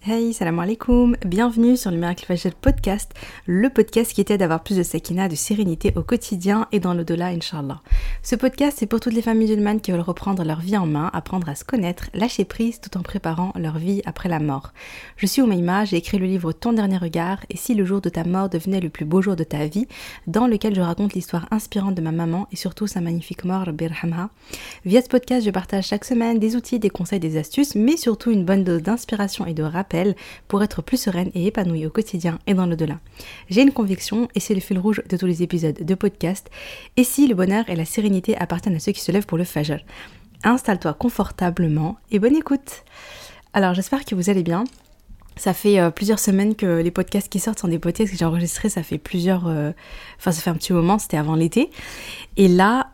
Hey, salam alaikum, bienvenue sur le Miracle Fajr podcast, le podcast qui t'aide à avoir plus de sakina, de sérénité au quotidien et dans l'au-delà, Inch'Allah. Ce podcast, c'est pour toutes les femmes musulmanes qui veulent reprendre leur vie en main, apprendre à se connaître, lâcher prise tout en préparant leur vie après la mort. Je suis Oumaima, j'ai écrit le livre Ton dernier regard et si le jour de ta mort devenait le plus beau jour de ta vie, dans lequel je raconte l'histoire inspirante de ma maman et surtout sa magnifique mort, Rabbi yarhamha. Via ce podcast, je partage chaque semaine des outils, des conseils, des astuces, mais surtout une bonne dose d'inspiration et de rappel pour être plus sereine et épanouie au quotidien et dans l'au-delà. J'ai une conviction, et c'est le fil rouge de tous les épisodes de podcast, et si le bonheur et la sérénité appartiennent à ceux qui se lèvent pour le Fajr. Installe-toi confortablement et bonne écoute. Alors j'espère que vous allez bien. Ça fait plusieurs semaines que les podcasts qui sortent sont des podcasts que j'ai enregistrés, ça fait ça fait un petit moment, c'était avant l'été. Et là,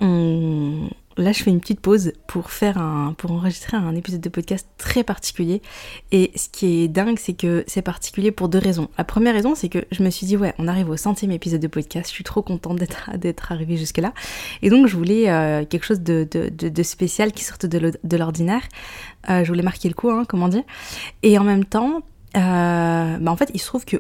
je fais une petite pause pour enregistrer un épisode de podcast très particulier. Et ce qui est dingue, c'est que c'est particulier pour deux raisons. La première raison, c'est que je me suis dit, ouais, on arrive au 100e épisode de podcast, je suis trop contente d'être arrivée jusque-là. Et donc, je voulais quelque chose de spécial qui sorte de l'ordinaire. Je voulais marquer le coup, comme on dit. Et en même temps, en fait, il se trouve que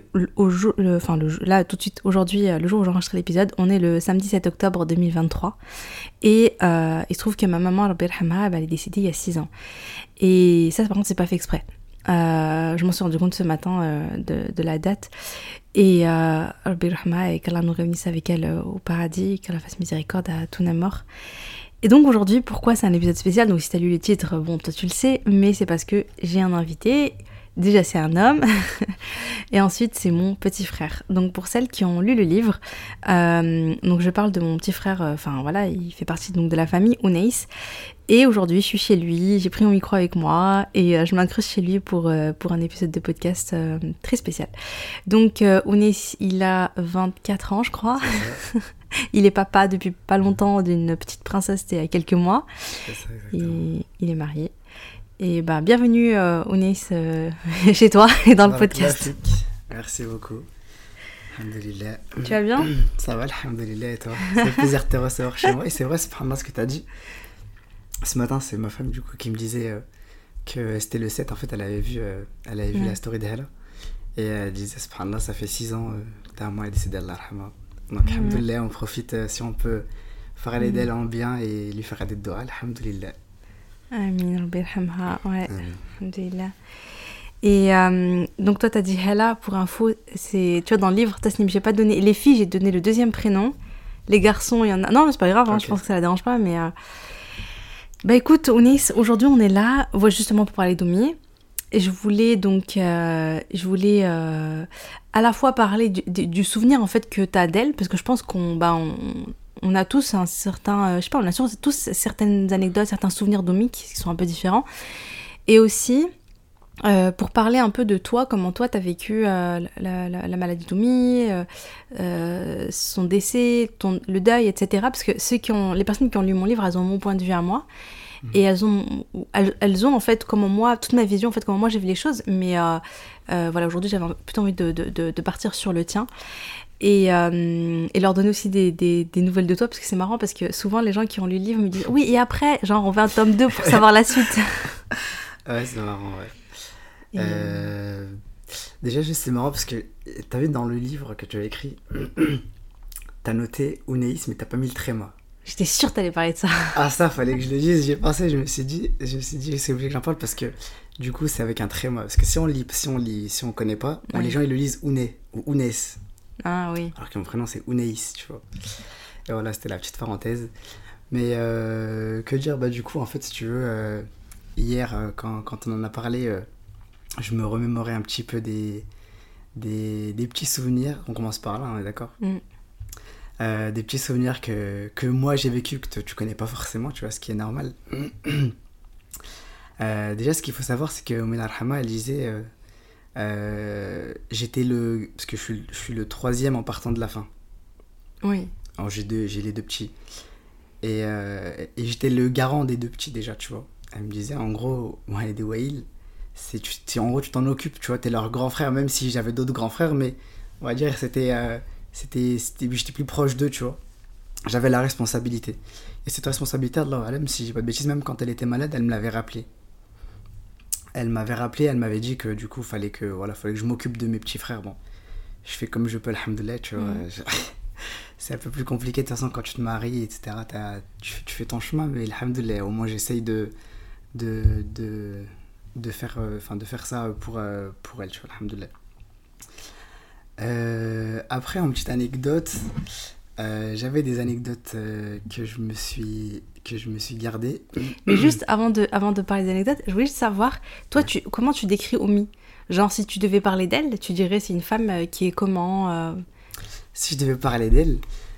là, tout de suite, aujourd'hui, le jour où j'enregistre l'épisode, on est le samedi 7 octobre 2023. Et il se trouve que ma maman, Rabbi yarhamha, elle est décédée il y a 6 ans. Et ça, par contre, c'est pas fait exprès. Je m'en suis rendu compte ce matin de la date. Et Rabbi yarhamha, et qu'Allah nous réunisse avec elle au paradis, qu'Allah fasse miséricorde à tous nos morts. Et donc aujourd'hui, pourquoi c'est un épisode spécial? Donc si t'as lu le titre, bon, toi tu le sais, mais c'est parce que j'ai un invité. Déjà, c'est un homme, et ensuite, c'est mon petit frère. Donc, pour celles qui ont lu le livre, donc je parle de mon petit frère, il fait partie donc de la famille Ounaïs. Et aujourd'hui, je suis chez lui, j'ai pris mon micro avec moi, et je m'incruste chez lui pour un épisode de podcast très spécial. Donc, Ounaïs, il a 24 ans, je crois. Il est papa depuis pas longtemps d'une petite princesse, c'était il y a quelques mois. C'est ça, exactement. Et il est marié. Et bienvenue Ounaïs chez toi et dans le podcast. Merci beaucoup. Alhamdulillah. Tu vas bien? Ça va, alhamdulillah, et toi? Ça fait plaisir de te recevoir chez moi. Et c'est vrai, subhanallah, ce que tu as dit. Ce matin, c'est ma femme du coup qui me disait que c'était le 7. En fait, elle avait vu la story d'Ella. Et elle disait, subhanallah, ça fait 6 ans que ta maman est décédée, Allah yarhamha. Donc, alhamdulillah, on profite si on peut faire aller d'elle en bien et lui faire des doigts, alhamdulillah. Amin, Rabbi yarhamha, ouais, alhamdulillah. Et donc toi t'as dit Hela, pour info, tu vois dans le livre Tasnim, j'ai pas donné, les filles j'ai donné le deuxième prénom, les garçons il y en a, non mais c'est pas grave, okay. Je pense que ça la dérange pas, mais écoute Ounaïs, aujourd'hui on est là, justement pour parler d'Oumi, et je voulais à la fois parler du souvenir en fait que t'as d'elle, parce que je pense on a tous un certain, on a tous certaines anecdotes, certains souvenirs d'Oumi qui sont un peu différents. Et aussi, pour parler un peu de toi, comment toi t'as vécu la maladie d'Oumi, son décès, le deuil, etc. Parce que les personnes qui ont lu mon livre, elles ont mon point de vue à moi. Et elles ont en fait, comment moi, toute ma vision, en fait, comment moi j'ai vu les choses. Mais aujourd'hui, j'avais plutôt envie de partir sur le tien. Et leur donner aussi des nouvelles de toi, parce que c'est marrant, parce que souvent les gens qui ont lu le livre me disent oui, et après, genre on veut un tome 2 pour savoir la suite. Ouais, c'est marrant, ouais. Déjà, c'est marrant parce que t'as vu dans le livre que tu as écrit, t'as noté Ounaïs, mais t'as pas mis le tréma. J'étais sûre que t'allais parler de ça. Ah, ça, fallait que je le dise. J'y ai pensé, je me suis dit, c'est obligé que j'en parle parce que du coup, c'est avec un tréma. Parce que si on connaît pas, ouais. Les gens ils le lisent Ouné ou Ounès. Ah oui. Alors que mon prénom c'est Ounaïs, tu vois. Et voilà, c'était la petite parenthèse. Mais que dire, du coup, en fait, si tu veux, hier, quand on en a parlé, je me remémorais un petit peu des petits souvenirs. On commence par là, on est d'accord? Des petits souvenirs que moi j'ai vécu, que tu connais pas forcément, tu vois, ce qui est normal. Déjà, ce qu'il faut savoir, c'est que Oumy Yarhamha, elle disait parce que je suis le 3e en partant de la fin. Oui. Alors j'ai les 2 petits. Et j'étais le garant des 2 petits déjà, tu vois. Elle me disait, en gros, ouais, des Waïl, en gros, tu t'en occupes, tu vois, t'es leur grand frère, même si j'avais d'autres grands frères, mais on va dire, j'étais plus proche d'eux, tu vois. J'avais la responsabilité. Et cette responsabilité, Allah alam, si j'ai pas de bêtises, même quand elle était malade, elle me l'avait rappelé. elle m'avait rappelé, elle m'avait dit que du coup, fallait que je m'occupe de mes petits frères. Bon, je fais comme je peux, alhamdoulilah, tu vois. C'est un peu plus compliqué de toute façon quand tu te maries, etc. Tu fais ton chemin, mais alhamdoulilah, au moins j'essaye de faire ça pour elle, tu vois, alhamdoulilah. Après, en petite anecdote, j'avais des anecdotes que je me suis gardées. Mais juste avant de parler d'anecdotes, je voulais juste savoir, toi, comment tu décris Oumi? Genre, si tu devais parler d'elle, tu dirais c'est une femme qui est comment Si je devais parler d'elle,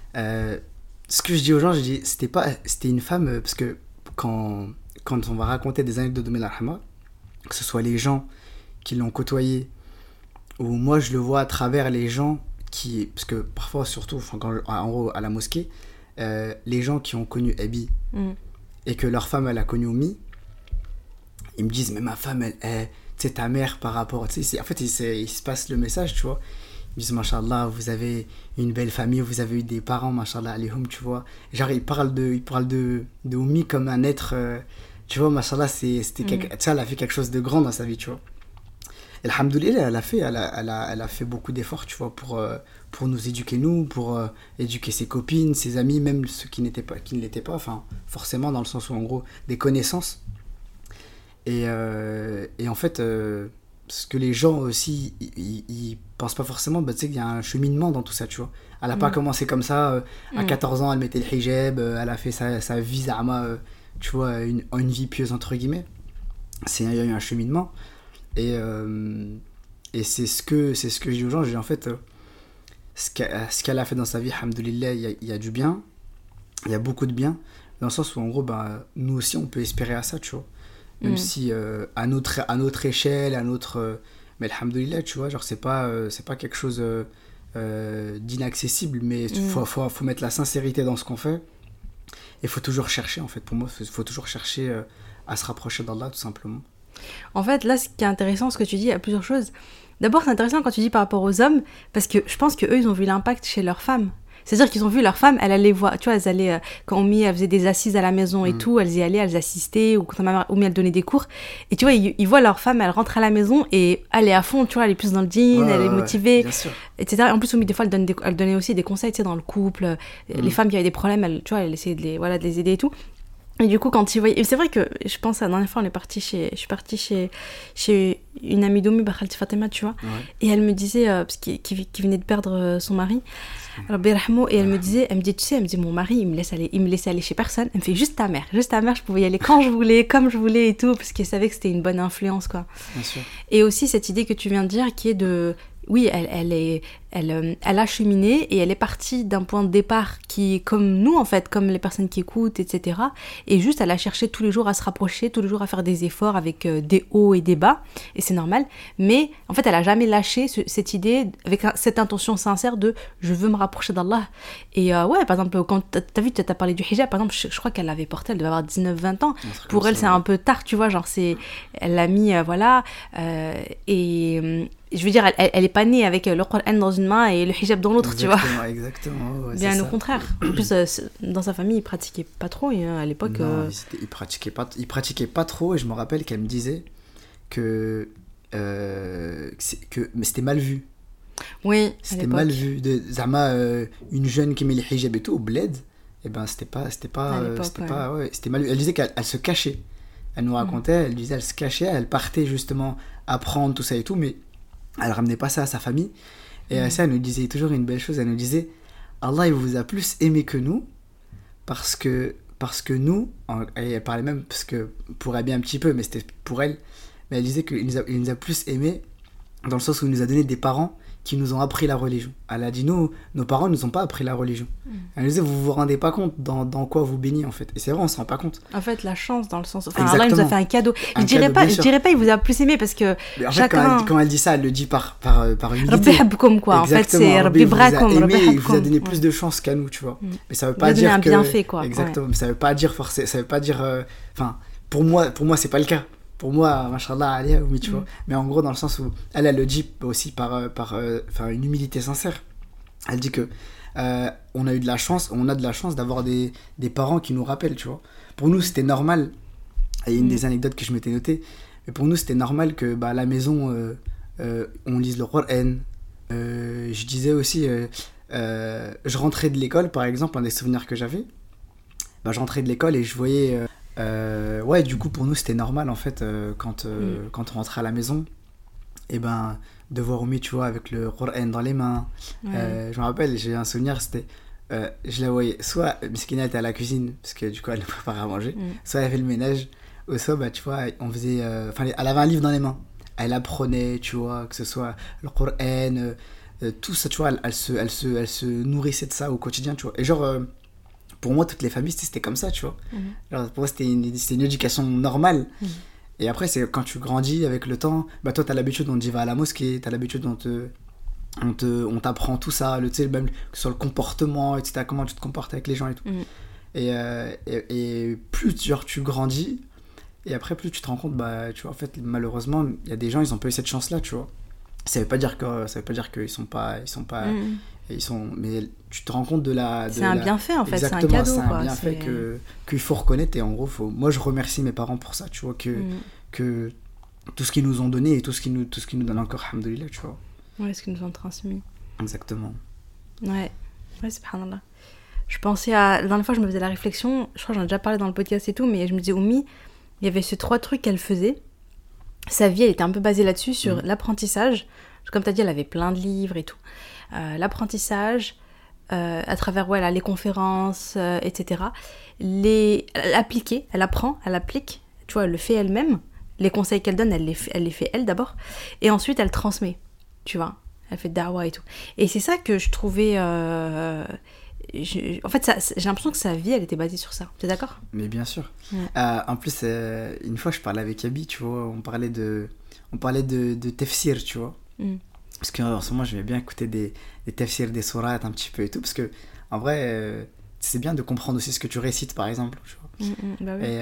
ce que je dis aux gens, je dis c'était une femme, parce que quand on va raconter des anecdotes de Melahama, que ce soit les gens qui l'ont côtoyée, ou moi je le vois à travers les gens parce que parfois, surtout en gros à la mosquée, les gens qui ont connu Abi et que leur femme elle a connu Oumi, ils me disent mais ma femme elle tu sais ta mère par rapport, tu sais, en fait il se passe le message, tu vois. Ils me disent machallah, vous avez une belle famille, vous avez eu des parents machallah alayhum, tu vois. Genre ils parlent de Oumi comme un être, tu vois, machallah, c'était tu sais, elle a fait quelque chose de grand dans sa vie, tu vois. Et alhamdoulilah, elle a fait beaucoup d'efforts, tu vois, pour nous éduquer, pour éduquer ses copines, ses amis, même ceux qui ne l'étaient pas, enfin, forcément, dans le sens où, en gros, des connaissances. Et en fait, ce que les gens aussi, ils pensent pas forcément, bah, tu sais qu'il y a un cheminement dans tout ça, tu vois. Elle n'a pas commencé comme ça, à 14 ans, elle mettait le hijab, elle a fait sa vie, tu vois, une vie pieuse, entre guillemets. Il y a eu un cheminement. Et c'est ce que je dis aux gens, je dis en fait, ce qu'elle a fait dans sa vie, alhamdoulilah, il y a du bien, il y a beaucoup de bien, dans le sens où en gros, bah, nous aussi on peut espérer à ça, tu vois. Même si à notre échelle, mais alhamdoulilah, tu vois, genre c'est pas quelque chose d'inaccessible, mais faut mettre la sincérité dans ce qu'on fait. Il faut toujours chercher, en fait, pour moi, il faut toujours chercher à se rapprocher d'Allah, tout simplement. En fait, là, ce qui est intéressant, ce que tu dis, il y a plusieurs choses. D'abord, c'est intéressant quand tu dis par rapport aux hommes, parce que je pense qu'eux, ils ont vu l'impact chez leurs femmes. C'est-à-dire qu'ils ont vu leurs femmes, elles allaient voir, tu vois, elles allaient, quand Oumi, elle faisait des assises à la maison et tout, elles y allaient, elles assistaient, ou quand Oumi, elle donnait des cours. Et tu vois, ils voient leur femme, elle rentre à la maison et elle est à fond, tu vois, elle est plus dans le djinn, elle est motivée, etc. Et en plus, Oumi, des fois, elle donnait aussi des conseils, tu sais, dans le couple. Les femmes qui avaient des problèmes, tu vois, elle essayait de les aider et tout. Et du coup, quand ils voyaient... Et c'est vrai que, je pense, la dernière fois, je suis partie chez une amie d'Oumi, Khalti Fatima, tu vois. Ouais. Et elle me disait, parce qu'il venait de perdre son mari, alors, et elle me dit, tu sais, elle me dit, mon mari, il me laissait aller chez personne. Elle me fait, juste ta mère, je pouvais y aller quand je voulais, comme je voulais et tout, parce qu'elle savait que c'était une bonne influence, quoi. Bien sûr. Et aussi, cette idée que tu viens de dire, qui est de... Oui, elle a cheminé et elle est partie d'un point de départ qui est comme nous, en fait, comme les personnes qui écoutent, etc. Et juste, elle a cherché tous les jours à se rapprocher, tous les jours à faire des efforts avec des hauts et des bas. Et c'est normal. Mais en fait, elle a jamais lâché cette idée avec cette intention sincère de « je veux me rapprocher d'Allah ». Et ouais, par exemple, quand t'as vu, t'as parlé du hijab, par exemple, je crois qu'elle l'avait porté, elle devait avoir 19-20 ans. Pour elle, c'est un peu tard, tu vois, genre, elle l'a mis, voilà. Je veux dire, elle est pas née avec le Coran dans une main et le hijab dans l'autre, tu vois. Exactement. Ouais, bien au contraire. En plus, dans sa famille, ils pratiquaient pas trop à l'époque. Non, ils pratiquaient pas trop, et je me rappelle qu'elle me disait que mais c'était mal vu. Oui, c'était mal vu. Zama, une jeune qui met le hijab et tout, au bled, et ben c'était pas mal vu. Elle disait qu'elle se cachait. Elle nous racontait, elle disait elle se cachait, elle partait justement apprendre tout ça et tout, mais elle ramenait pas ça à sa famille. Et ça, elle nous disait toujours une belle chose, elle nous disait Allah, il vous a plus aimé que nous, parce que nous, et elle parlait même, parce que pour elle bien un petit peu, mais c'était pour elle, mais elle disait qu'il nous a plus aimé dans le sens où il nous a donné des parents qui nous ont appris la religion. Elle a dit, nos parents ne nous ont pas appris la religion. Elle disait, vous vous rendez pas compte dans quoi vous baignez, en fait. Et c'est vrai, on se rend pas compte. En fait, la chance, dans le sens... Enfin, Allah, il nous a fait un cadeau. Je dirais pas, il vous a plus aimé, parce que mais en chacun... fait, quand elle dit ça, elle le dit par humilité. Rabbi habkoum, quoi. En fait, c'est Rabbi brakoum, Rabbi habkoum. Il vous a donné plus de chance qu'à nous, tu vois. Mais ça veut pas dire que... bienfait, quoi. Exactement. Mais ça veut pas dire ça veut pas dire... Enfin, pour moi, c'est pas le cas. Pour moi, machallah, alia, oui, tu vois. Mais en gros, dans le sens où elle le dit aussi par une humilité sincère. Elle dit que on a de la chance d'avoir des parents qui nous rappellent, tu vois. Pour nous, c'était normal. Et une des anecdotes que je m'étais notée, Mais pour nous, c'était normal que à la maison, on lise le Coran. Je disais aussi, je rentrais de l'école, par exemple, un des souvenirs que j'avais. Je rentrais de l'école et je voyais... ouais, du coup, pour nous, c'était normal, en fait, quand on rentrait à la maison, et de voir Oumi, tu vois, avec le Coran dans les mains. Je me rappelle, j'ai un souvenir, c'était... je la voyais, soit Miskina était à la cuisine, parce que du coup, elle nous préparait à manger, soit elle avait le ménage, ou soit, tu vois, on faisait... elle avait un livre dans les mains. Elle apprenait, tu vois, que ce soit le Coran, tout ça, tu vois, elle se nourrissait de ça au quotidien, tu vois. Et genre, pour moi, toutes les familles, c'était comme ça, tu vois. Genre, pour moi, c'était une éducation normale. Et après, c'est quand tu grandis avec le temps, toi, t'as l'habitude, on te dit va à la mosquée, t'as l'habitude, on t'apprend tout ça, tu sais, même sur le comportement, etc., comment tu te comportes avec les gens et tout. Et plus, genre, tu grandis, et après, plus tu te rends compte, tu vois, en fait, malheureusement, il y a des gens, ils ont pas eu cette chance-là, tu vois. Ça veut pas dire qu'ils sont pas mais tu te rends compte de la... C'est un bienfait, en fait, c'est un cadeau. Exactement, c'est un bienfait qu'il faut reconnaître, et en gros, moi, je remercie mes parents pour ça, tu vois, que tout ce qu'ils nous ont donné et tout ce qu'ils nous donnent encore, alhamdoulilah, tu vois. Ouais, ce qu'ils nous ont transmis. Exactement. Ouais, subhanallah. Je pensais à... La dernière fois, je me faisais la réflexion, je crois que j'en ai déjà parlé dans le podcast et tout, mais je me disais, Oumi, il y avait ces 3 trucs qu'elle faisait. Sa vie, elle était un peu basée là-dessus, sur l'apprentissage. Comme tu as dit, elle avait plein de livres et tout. L'apprentissage, à travers les conférences, etc. Elle apprend, elle applique. Tu vois, elle le fait elle-même. Les conseils qu'elle donne, elle les fait elle d'abord. Et ensuite, elle transmet. Tu vois, elle fait da'wa et tout. Et c'est ça que je trouvais... En fait, j'ai l'impression que sa vie, elle était basée sur ça. T'es d'accord ? Mais bien sûr. En plus, une fois, je parlais avec Abi, tu vois, on parlait de tafsir, tu vois. Parce qu'en ce moment, je vais bien écouter des tafsirs, des sourates un petit peu et tout, parce que, en vrai, c'est bien de comprendre aussi ce que tu récites, par exemple, tu vois. Bah oui.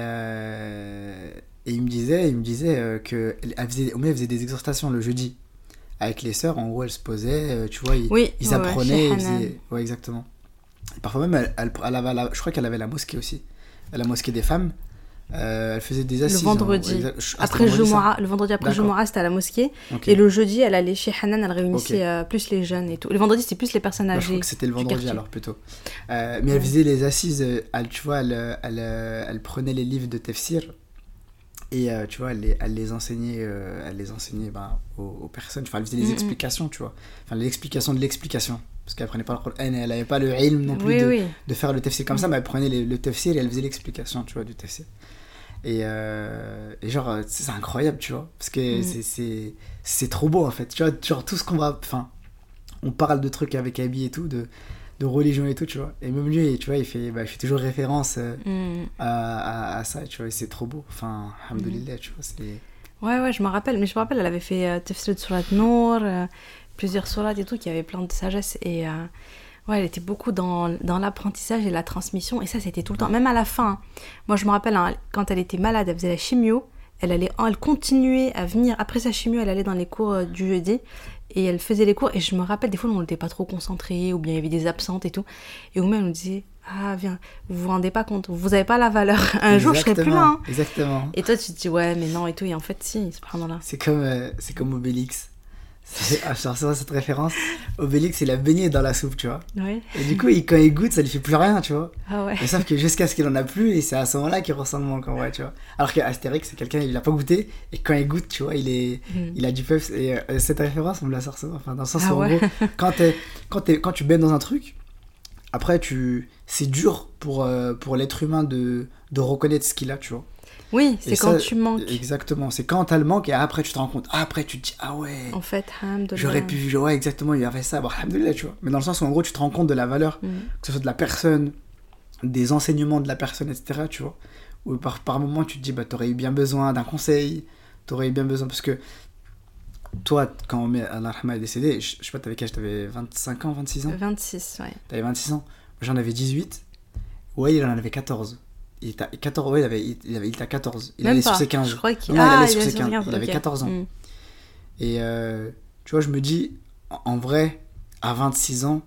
Et il me disait qu'elle faisait des exhortations le jeudi. Avec les sœurs, en gros, elles se posaient, tu vois, ils apprenaient. Ouais, exactement. Et parfois même, je crois qu'elle avait la mosquée aussi, la mosquée des femmes. Elle faisait des assises. Le vendredi. Le vendredi après Jumu'ah, c'était à la mosquée. Okay. Et le jeudi, elle allait chez Hanan, elle réunissait plus les jeunes et tout. Le vendredi, c'était plus les personnes âgées. Je crois que c'était le vendredi alors plutôt. Mais elle faisait les assises, tu vois, elle prenait les livres de tafsir. Et tu vois, elle les enseignait aux personnes. Enfin, elle faisait les explications, tu vois. Enfin, l'explication de l'explication. Parce qu'elle prenait pas le Coran, elle n'avait pas le ilm non plus de faire le tafsir comme ça, mais elle prenait le tafsir et elle faisait l'explication, tu vois, du tafsir. Et genre, c'est incroyable, tu vois. Parce que c'est trop beau, en fait. Tu vois, genre, tout ce qu'on va... Enfin, on parle de trucs avec Abi et tout, de religion et tout, tu vois. Et même lui, tu vois, il fait toujours référence à ça, tu vois. Et c'est trop beau. Enfin, alhamdoulilah, tu vois, c'est... Ouais, je me rappelle. Mais je me rappelle, elle avait fait tafsir de Surat Nour, plusieurs sourates et tout, qui avaient plein de sagesse. Et elle était beaucoup dans l'apprentissage et la transmission. Et ça, c'était tout le temps. Même à la fin. Moi, je me rappelle, quand elle était malade, elle faisait la chimio. Elle continuait à venir. Après sa chimio, elle allait dans les cours du jeudi. Et elle faisait les cours. Et je me rappelle, des fois, on n'était pas trop concentrés. Ou bien il y avait des absentes et tout. Et Oumé, elle nous disait... Ah, viens, vous vous rendez pas compte, vous avez pas la valeur. Un jour, je serai plus là. Hein. Exactement. Et toi, tu te dis, ouais, mais non, et tout. Et en fait, si, c'est vraiment là. C'est comme Obélix. Genre, c'est cette référence. Obélix, il a baigné dans la soupe, tu vois. Ouais. Et du coup, quand il goûte, ça lui fait plus rien, tu vois. Ah ouais. Et sauf que jusqu'à ce qu'il en a plus, et c'est à ce moment-là qu'il ressent le manque, en vrai, tu vois. Alors qu'Astérix, c'est quelqu'un, il a pas goûté, et quand il goûte, tu vois, il a du peps. Et cette référence, on me la sort souvent. Enfin, dans le sens où, en gros, quand tu baignes dans un truc, après, c'est dur pour l'être humain de reconnaître ce qu'il a, tu vois. Oui, c'est quand tu manques. Exactement, c'est quand t'as le manque et après tu te rends compte. Après tu te dis, ah ouais. En fait, j'aurais pu, ouais, exactement, il avait ça. Bon, alhamdoulilah, tu vois. Mais dans le sens où en gros tu te rends compte de la valeur, que ce soit de la personne, des enseignements de la personne, etc., tu vois. Ou par moment tu te dis, t'aurais eu bien besoin d'un conseil, t'aurais eu bien besoin. Parce que toi, quand Allah est décédé, je sais pas, t'avais quel âge ? T'avais 25 ans, 26 ans ? 26, ouais. T'avais 26 ans. J'en avais 18. Ouais, il en avait 14. Il était à 14, ouais, il était à 14. Il allait sur ses 15. Je crois qu'il allait sur ses 15. Il avait 14 ans. Et tu vois, je me dis, en vrai, à 26 ans,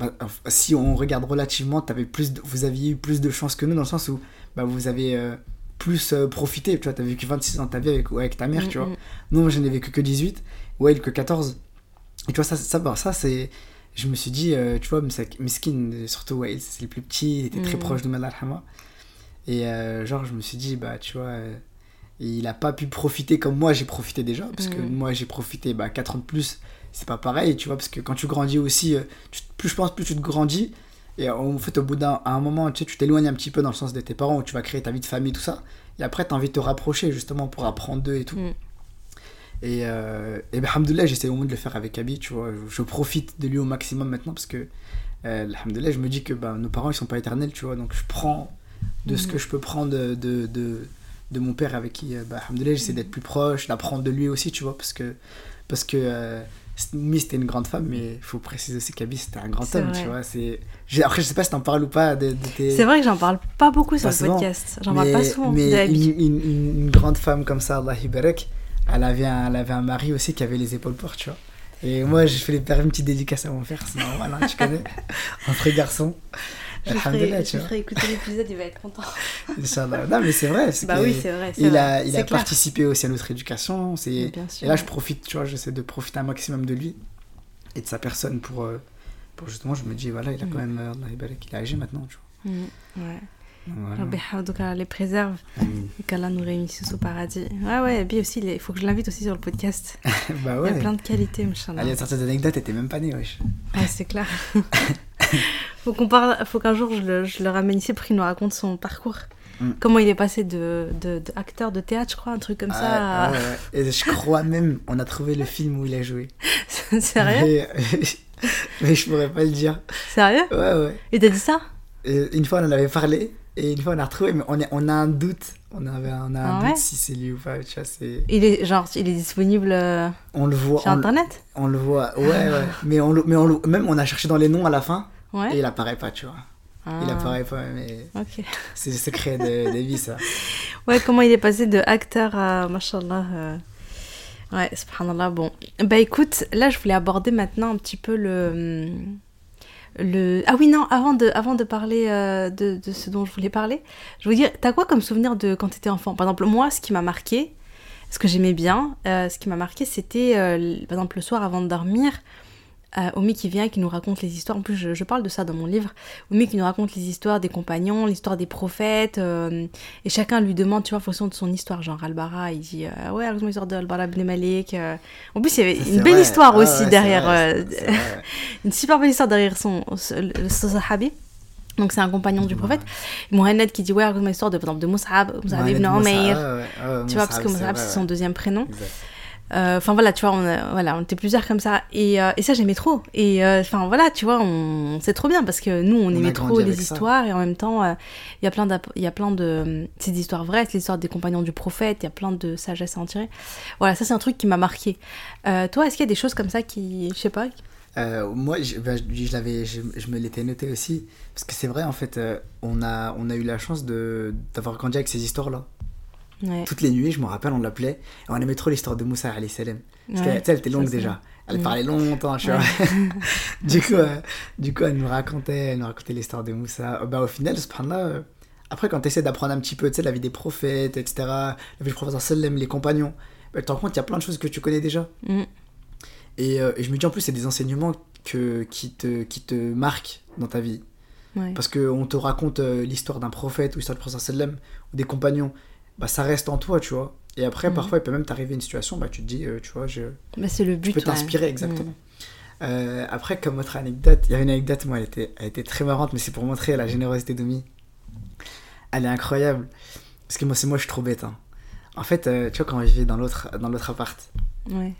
si on regarde relativement, vous aviez eu plus de chance que nous, dans le sens où vous avez plus profité, tu vois, t'as vécu 26 ans de ta vie avec ta mère, tu vois. Non, moi, je n'ai vécu que 18, ou elle que 14. Et tu vois, ça c'est... Je me suis dit, tu vois, Miskin, surtout Wael, c'est le plus petit, il était très proche de Malal Hama. Et genre, je me suis dit, bah, tu vois, il a pas pu profiter comme moi j'ai profité déjà, parce que moi j'ai profité 4 ans de plus, c'est pas pareil, tu vois, parce que quand tu grandis aussi, plus tu te grandis, et en fait, au bout d'un moment, tu sais, tu t'éloignes un petit peu dans le sens de tes parents, où tu vas créer ta vie de famille, tout ça, et après, t'as envie de te rapprocher justement pour apprendre d'eux et tout. Et alhamdoulilah, j'essaie au moins de le faire avec Abi, tu vois, je profite de lui au maximum maintenant parce que alhamdoulilah, je me dis que nos parents ils sont pas éternels, tu vois, donc je prends de ce que je peux prendre de mon père avec qui alhamdoulilah, j'essaie d'être plus proche, d'apprendre de lui aussi, tu vois, parce que Moumi c'était une grande femme, mais il faut préciser aussi qu'Abi c'était un grand homme, tu vois. Après, je sais pas si t'en parles ou pas de tes... C'est vrai que j'en parle pas beaucoup sur le podcast, j'en parle pas souvent. Mais une grande femme comme ça, Allah Ibarek, elle avait un mari aussi qui avait les épaules fortes, tu vois. Et moi, je fais une petite dédicace à mon frère, c'est normal, hein, tu connais, entre garçons. Je ferai écouter l'épisode, il va être content. Inch'Allah. Non, mais c'est vrai. Oui, c'est vrai. Il a participé aussi à notre éducation. Et là, je profite, tu vois, j'essaie de profiter un maximum de lui et de sa personne pour justement, je me dis, voilà, il a quand même, Allah Ibarek, il est âgé maintenant, tu vois. Ouais. Voilà. Les préserve et qu'Allah nous réunisse au paradis. Ouais, et puis aussi il faut que je l'invite aussi sur le podcast. Bah ouais. Il y a plein de qualités, machallah. Il y a certaines anecdotes, t'étais même pas né, wesh. Ouais, c'est clair. faut qu'un jour je le ramène ici pour qu'il nous raconte son parcours. Comment il est passé de acteur de théâtre, je crois, un truc comme ça. Ouais. Et je crois même, on a trouvé le film où il a joué. Sérieux? Mais je pourrais pas le dire. Sérieux? Ouais. Et t'as dit ça? Une fois on en avait parlé et une fois on a retrouvé, mais on a un doute. On a un doute si c'est lui ou pas, tu vois, c'est... Il est disponible on le voit, sur internet? On le voit, ouais. Mais même on a cherché dans les noms à la fin et il apparaît pas, tu vois. Il apparaît pas, mais c'est le secret des vies, ça. Ouais, comment il est passé de acteur à mashallah. Ouais, subhanallah. Bon, écoute, là je voulais aborder maintenant un petit peu Ah oui, non, avant de parler de ce dont je voulais parler, je veux dire, t'as quoi comme souvenir de quand t'étais enfant? Par exemple, moi, ce qui m'a marqué, ce que j'aimais bien, ce qui m'a marqué, c'était, par exemple, le soir avant de dormir, Oumi qui vient, qui nous raconte les histoires. En plus, je parle de ça dans mon livre. Oumi qui nous raconte les histoires des compagnons, l'histoire des prophètes, et chacun lui demande, tu vois, en fonction de son histoire. Genre, Al-Bara, il dit ouais, raconte l'histoire de Al-Bara ibn Malik. En plus, il y avait une belle histoire aussi derrière. Une super belle histoire derrière son sahabi. Donc, c'est un compagnon du prophète. Mohamed qui dit ouais, raconte l'histoire de Mus'ab ibn Umayr. Tu vois, parce que Mus'ab, c'est son deuxième prénom. Exact. Enfin voilà, tu vois, on était plusieurs comme ça et ça j'aimais trop et enfin voilà, tu vois, c'est trop bien parce que nous on aimait trop les histoires et en même temps il y a plein de c'est des histoires vraies, c'est l'histoire des compagnons du prophète, il y a plein de sagesse à en tirer. Voilà, ça c'est un truc qui m'a marqué. Toi, est-ce qu'il y a des choses comme ça qui, je sais pas? Moi je me l'étais noté aussi parce que c'est vrai en fait, on a eu la chance d'avoir grandi avec ces histoires là. Ouais. Toutes les nuits, je me rappelle, on l'appelait et on aimait trop l'histoire de Moussa alayhi salam. Parce qu'elle était longue déjà. Elle parlait longtemps, tu vois. du coup, elle nous racontait l'histoire de Moussa. Au final, subhanallah, après, quand tu essaies d'apprendre un petit peu, tu sais, la vie des prophètes, etc., la vie du prophète sallam, les compagnons, tu te rends compte qu'il y a plein de choses que tu connais déjà. Et je me dis, en plus, c'est des enseignements qui te marquent dans ta vie. Ouais. Parce qu'on te raconte l'histoire d'un prophète ou l'histoire du prophète sallam ou des compagnons. Ça reste en toi, tu vois. Et après, parfois, il peut même t'arriver une situation, tu te dis, tu vois, c'est le but, je peux t'inspirer, exactement. Après, comme autre anecdote, il y avait une anecdote, moi, elle était très marrante, mais c'est pour montrer la générosité d'Oumi. Elle est incroyable. Parce que moi, je suis trop bête. Hein. En fait, tu vois, quand on vivait dans l'autre appart, Oumi,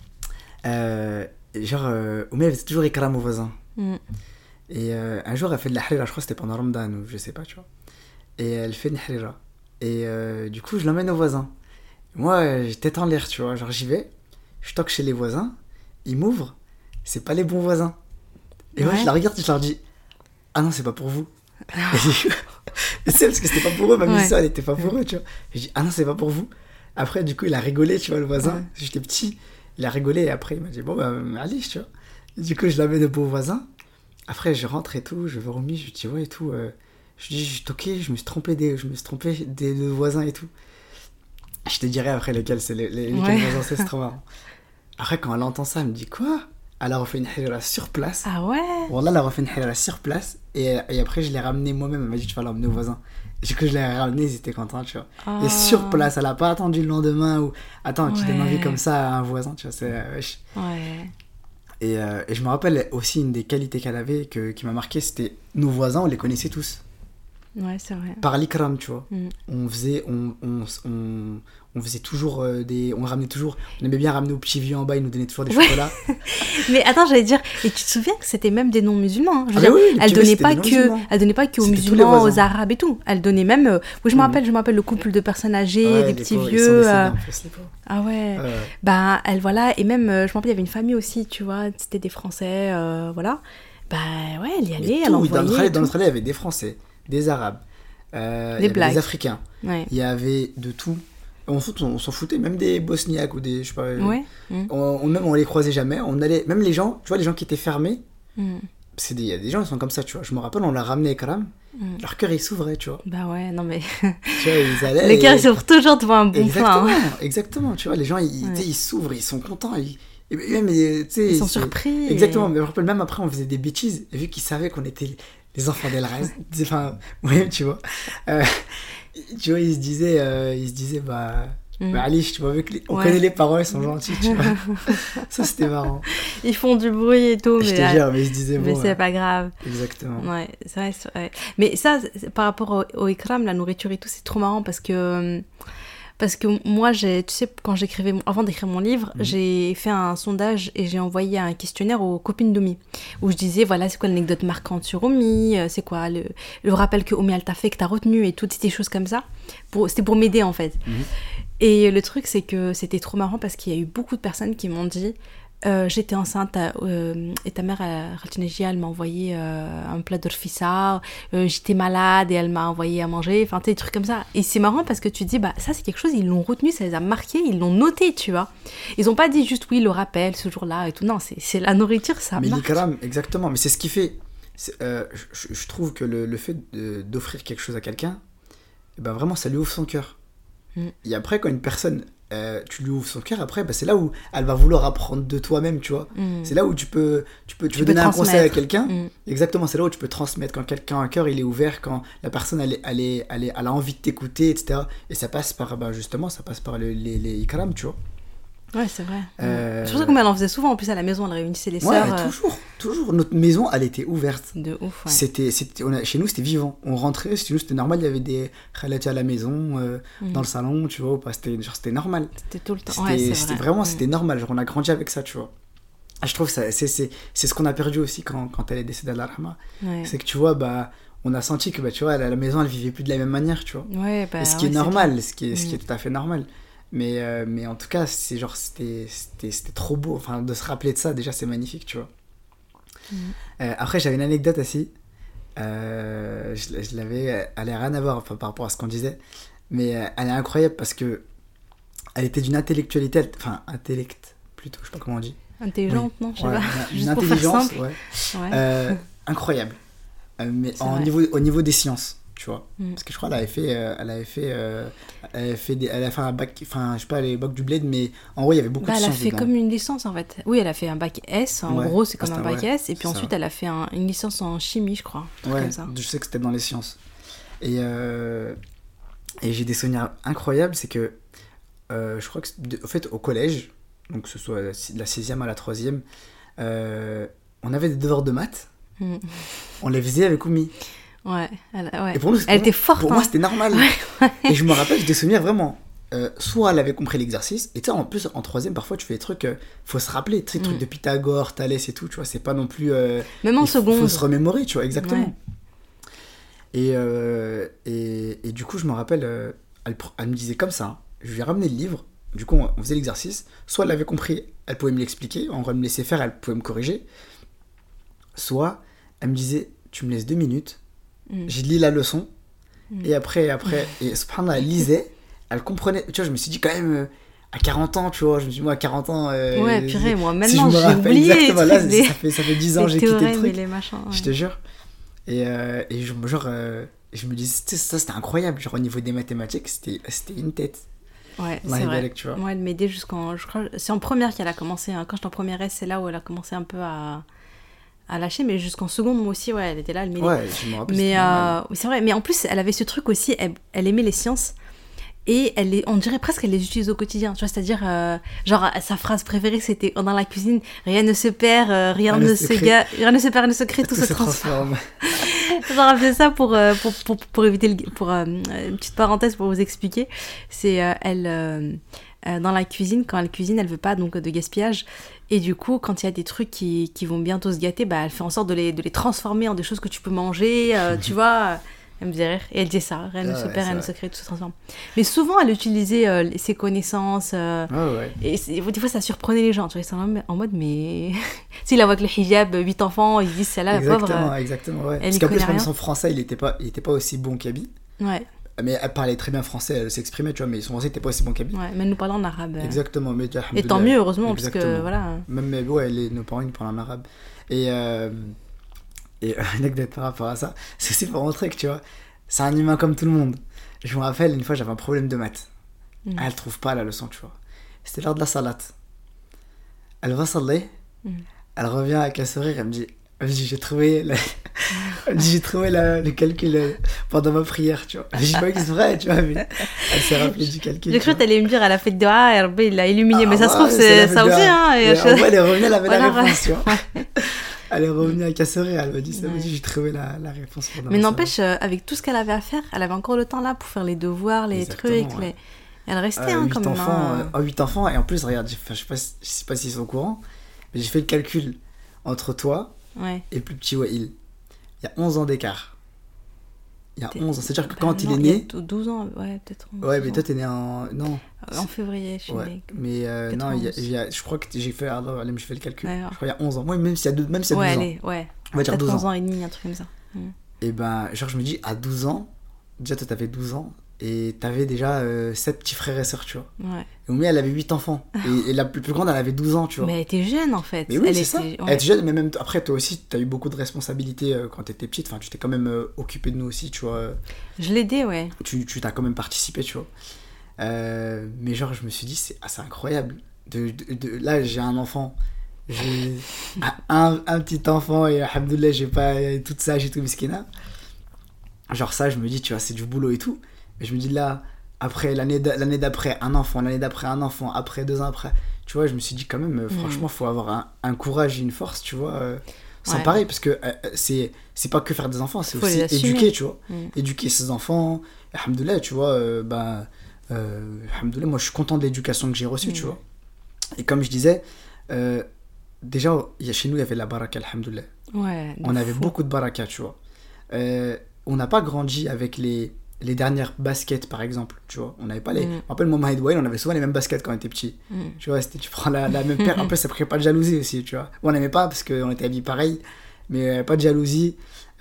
elle faisait toujours ikram aux voisins. Et un jour, elle fait de la harira, je crois que c'était pendant Ramadan, ou je sais pas, tu vois. Et elle fait une harira. Et du coup, je l'emmène aux voisins. Moi, j'ai tête en l'air, tu vois. Genre, j'y vais, je toque chez les voisins, ils m'ouvrent, c'est pas les bons voisins. Et moi, je la regarde, je leur dis ah non, c'est pas pour vous. Et c'est parce que c'était pas pour eux, ma mission, elle était pas pour eux, tu vois. Je dis ah non, c'est pas pour vous. Après, du coup, il a rigolé, tu vois, le voisin. J'étais petit, il a rigolé et après, il m'a dit bon, allez, tu vois. Et du coup, je l'amène aux voisins. Après, je rentre et tout, je vais au je dis ouais et tout. Je dis, j'ai toqué, je me suis trompé des voisins et tout. Je te dirai après lesquels c'est lesquels Ouais. voisins, c'est trop marrant. Après, quand elle entend ça, elle me dit quoi? Elle a refait une halala sur place. Ah ouais? Wallah, elle a refait une halala sur place. Et après, je l'ai ramené moi-même. Elle m'a dit, tu vas l'emmener au voisin. Et du coup, je l'ai ramené, ils étaient contents, tu vois. Oh. Et sur place, elle a pas attendu le lendemain ou. Attends, tu donnes Ouais. envie comme ça à un voisin, tu vois. C'est. Wesh. Ouais. Et je me rappelle aussi une des qualités qu'elle avait qui m'a marqué, c'était nos voisins, on les connaissait tous. Ouais, c'est vrai. Par l'ikram, tu vois. Mm. On faisait toujours des. On ramenait toujours. On aimait bien ramener au petit vieux en bas, il nous donnait toujours des Ouais. chocolats. Mais attends, j'allais dire, et tu te souviens que c'était même des non-musulmans, hein. Je veux Ah dire, mais oui, les elle petits vieux, donnait c'était pas des que, non-musulmans. elle donnait pas qu'aux C'était tous les musulmans, aux voisins. arabes et tout. Elle donnait même, oui, je me rappelle le couple de personnes âgées, Ouais, des les petits pauvres, ils sont vieux. décédés en plus, les pauvres. Ah ouais. Ouais. Bah, elle, voilà, et même, je me rappelle, il y avait une famille aussi, tu vois, c'était des Français, voilà. Bah ouais, elle y Mais allait, elle tout, envoyait. dans et tout. notre allée, il y avait des Français, des Arabes, il y avait Blacks. des Africains, Ouais. il y avait de tout. On s'en foutait, même des Bosniaques ou des. Je sais pas. Ouais. Mm. Même on les croisait jamais. On allait, même les gens, tu vois, les gens qui étaient fermés, Mm. il y a des gens qui sont comme ça, tu vois. Je me rappelle, on l'a ramené Ekram, leur cœur il s'ouvrait, tu vois. Bah ouais, non mais. Tu vois, ils allaient. Le cœur, il s'ouvre toujours devant un bon Exactement, plat. Hein. exactement, tu vois. Les gens, Ouais. ils s'ouvrent, ils sont contents. Et même, tu sais, Ils sont surpris. Exactement, mais je me rappelle, même après, on faisait des bêtises, et vu qu'ils savaient qu'on était les enfants d'El Raz, enfin, ouais, tu vois. Tu vois, ils se disaient, bah, Alice, tu vois, vu qu'on Ouais. connaît les paroles, ils sont gentils, tu vois. Ça, c'était marrant. Ils font du bruit et tout, Je mais, te jure, mais ils se disaient, mais bon, c'est pas grave. exactement. Ouais, c'est vrai, ouais. Mais ça, par rapport au ikram, la nourriture et tout, c'est trop marrant parce que moi, tu sais, quand avant d'écrire mon livre, j'ai fait un sondage et j'ai envoyé un questionnaire aux copines d'Omi où je disais, voilà, c'est quoi l'anecdote marquante sur Omi, c'est quoi le rappel que Omi elle t'a fait, que t'as retenu et toutes ces choses comme ça. C'était pour m'aider en fait. Et le truc, c'est que c'était trop marrant parce qu'il y a eu beaucoup de personnes qui m'ont dit j'étais enceinte et ta mère, elle m'a envoyé un plat d'orfissar, j'étais malade et elle m'a envoyé à manger, enfin, des trucs comme ça. Et c'est marrant parce que tu te dis, bah, ça, c'est quelque chose, ils l'ont retenu, ça les a marqués, ils l'ont noté, tu vois. Ils ont pas dit juste, oui, le rappel, ce jour-là et tout. Non, c'est la nourriture, ça Mais marche. l'ikram, exactement, mais c'est ce qui fait. Je trouve que le fait d'offrir quelque chose à quelqu'un, eh ben vraiment, ça lui ouvre son cœur. Et après, quand une personne, tu lui ouvres son cœur, après, bah, c'est là où elle va vouloir apprendre de toi-même, tu vois. C'est là où tu veux donner un conseil à quelqu'un. Exactement, c'est là où tu peux transmettre. Quand quelqu'un a un cœur, il est ouvert, quand la personne, elle a envie de t'écouter, etc. Et ça passe par, bah, justement, ça passe par les ikram, tu vois. Ouais, c'est vrai. C'est pour ça qu'elle en faisait souvent. En plus, à la maison, elle réunissait les Ouais, sœurs. toujours. Notre maison, elle était ouverte. De ouf, ouais. Chez nous, c'était vivant. On rentrait, chez nous, c'était normal. Il y avait des khalati à la maison, dans le salon, tu vois. C'était normal. C'était tout le temps. Ouais, c'est C'était vrai. vraiment, c'était normal. Genre, on a grandi avec ça, tu vois. Et je trouve que c'est ce qu'on a perdu aussi quand elle est décédée, Allah rahma. Ouais. C'est que, tu vois, bah, on a senti que, bah, tu vois, à la maison, elle vivait plus de la même manière, tu vois. Ouais, bah, Et ce qui ouais, est c'est normal, clair. ce qui est tout à fait normal. Mais en tout cas, c'était trop beau. Enfin, de se rappeler de ça, déjà, c'est magnifique, tu vois. Après, j'avais une anecdote aussi. Je l'avais. Elle n'a rien à voir enfin, par rapport à ce qu'on disait. Mais elle est incroyable parce que elle était d'une intellectualité. Enfin, intellect, plutôt, je sais pas comment on dit. Intelligente, non? Je sais Ouais, pas. une Juste pour faire intelligence, simple. ouais. Ouais. Incroyable. Mais C'est vrai. au niveau des sciences, tu vois. Mm. Parce que je crois elle avait fait un bac, enfin je sais pas les bacs du bled, mais en gros il y avait beaucoup Bah, de elle a sciences fait dedans. comme une licence en fait. Oui, elle a fait un bac S. En Ouais. gros, c'est comme Ah, un bac ouais. S. Et puis C'est ça, ensuite, ouais. elle a fait une licence en chimie, je crois. Un truc Ouais, comme ça. je sais que c'était dans les sciences. Et j'ai des souvenirs incroyables, c'est que je crois que en fait au collège, donc que ce soit de la 6e à la 3e, on avait des devoirs de maths, Mm. on les faisait avec Oumi. Ouais. Ouais. Et pour nous, Elle était forte. Pour hein. moi, c'était normal. Ouais. Et je me rappelle, j'ai des souvenirs vraiment. Soit elle avait compris l'exercice, et tu sais, en plus, en 3e, parfois, tu fais des trucs, faut se rappeler, tu sais, trucs de Pythagore, Thalès et tout, tu vois, c'est pas non plus. Même en il seconde. faut se remémorer, tu vois, exactement. Ouais. Et du coup, je me rappelle, elle me disait comme ça, hein, je lui ai ramené le livre, du coup, on faisait l'exercice, soit elle avait compris, elle pouvait me l'expliquer, en vrai, me laisser faire, elle pouvait me corriger, soit elle me disait, tu me laisses 2 minutes, je lis la leçon, et après, et subhanallah, elle lisait, elle comprenait, tu vois, je me suis dit quand même, à 40 ans, tu vois, je me suis dit, moi, à 40 ans... Ouais, purée, moi, si je maintenant, me j'ai rappelle oublié les exactement, là, trucs ça fait 10 ans, les j'ai quitté le théorèmes truc, et les machins. Ouais. je te jure. Et je me dis, ça c'était incroyable, genre au niveau des mathématiques, c'était une tête. Ouais, Allah c'est vrai. يبارك, tu vois. Moi, elle m'aidait jusqu'en... Je crois, c'est en première qu'elle a commencé. Hein. Quand j'étais en première S, c'est là où elle a commencé un peu à lâcher. Mais jusqu'en seconde, moi aussi, ouais, elle était là, elle m'aidait. Ouais, je me rappelle, Mais c'était normal. c'est vrai. Mais en plus, elle avait ce truc aussi. Elle aimait les sciences. Et on dirait presque qu'elle les utilise au quotidien. Tu vois, c'est-à-dire, genre, sa phrase préférée, c'était dans la cuisine, rien ne se perd, rien ne se perd, rien ne se crée, tout se transforme. J'en rappelais ça pour éviter une petite parenthèse pour vous expliquer. C'est dans la cuisine, quand elle cuisine, elle veut pas donc de gaspillage. Et du coup, quand il y a des trucs qui vont bientôt se gâter, bah, elle fait en sorte de les transformer en des choses que tu peux manger, tu vois. Elle me faisait rire. Et elle disait ça, rien ne se perd, rien ne se crée, tout se transforme. Mais souvent, elle utilisait ses connaissances. Ouais. Et des fois, ça surprenait les gens. Tu vois, ils sont en mode, mais... S'ils la voient avec le hijab, 8 enfants, ils se disent, celle-là, la pauvre... Exactement, ouais. Elle Parce qu'en plus, rien. même son français, il était pas aussi bon qu'Abi. Ouais. Mais elle parlait très bien français, elle s'exprimait, tu vois, mais son français n'était pas aussi bon qu'Abi. Ouais, mais elle nous parlait en arabe. Exactement. Mais, et tant mieux, heureusement, parce que, voilà... Même, ouais, nos parents, ils parlent en arabe. Et anecdote par rapport à ça, c'est aussi pour montrer que, tu vois, c'est un humain comme tout le monde. Je me rappelle, une fois, j'avais un problème de maths. Elle trouve pas la leçon, tu vois. C'était l'heure de la salat. Elle va saler. Elle revient avec un sourire, elle me dit j'ai trouvé le calcul pendant ma prière, tu vois. J'ai pas que c'est vrai, tu vois, mais elle s'est rappelée du calcul. J'ai cru que t'allais me dire, elle a fait de doigts, il l'a illuminé, mais ça se trouve, c'est ça aussi, hein. Et en vrai, elle est revenue, elle avait la réponse, tu vois. Elle est revenue avec un sourire, elle m'a dit, j'ai trouvé la réponse. Mais n'empêche, avec tout ce qu'elle avait à faire, elle avait encore le temps là pour faire les devoirs, les trucs, elle restait quand même. 8 enfants, et en plus, regarde, je sais pas s'ils sont au courant, mais j'ai fait le calcul entre toi et le plus petit Wael. Il y a 11 ans d'écart. Il y a 11 ans, c'est-à-dire que quand il est né... Il y a 12 ans, ouais, peut-être. Ouais, mais toi, t'es né en... Non. En février, je suis né. Mais non, je crois que j'ai fait... Alors, je fais le calcul. Ouais, je crois qu'il y a 11 ans. Moi, même s'il y a 12 ans. Ouais. On va dire 12 ans. 11 ans et demi, un truc comme ça. Et ben, genre, je me dis, à 12 ans, déjà, toi, t'avais 12 ans, et t'avais déjà 7 petits frères et sœurs, tu vois. Ouais. Et Oumi, elle avait 8 enfants. Et la plus grande, elle avait 12 ans, tu vois. Mais elle était jeune, en fait. Mais oui, c'est ça. Elle était jeune, mais même après, toi aussi, t'as eu beaucoup de responsabilités quand t'étais petite. Enfin, tu t'es quand même occupée de nous aussi, tu vois. Je l'aidais, ouais. Tu t'as quand même participé, tu vois. Mais genre, je me suis dit, c'est incroyable. Là, j'ai un enfant. J'ai un petit enfant et alhamdoulilah, j'ai pas toute ça, j'ai tout miskina. Genre ça, je me dis, tu vois, c'est du boulot et tout. Mais je me dis là, après l'année d'après, un enfant, l'année d'après, un enfant, après 2 ans après. Tu vois, je me suis dit quand même, franchement, faut avoir un courage et une force, tu vois, sans pareil. Parce que c'est pas que faire des enfants, c'est aussi éduquer, tu vois. Éduquer ses enfants. Alhamdoulilah, tu vois, alhamdoulilah, moi je suis content de l'éducation que j'ai reçue, tu vois. Et comme je disais, déjà, chez nous, il y avait de la baraka, alhamdoulilah. Ouais, on avait beaucoup de baraka, tu vois. On n'a pas grandi avec les dernières baskets, par exemple, tu vois. On n'avait pas les... Je me rappelle, moi, Mahed Wael, on avait souvent les mêmes baskets quand on était petit. Tu vois, tu prends la même paire. En plus, ça ne crée pas de jalousie aussi, tu vois. Bon, on n'aimait pas parce qu'on était habillés pareil, mais pas de jalousie.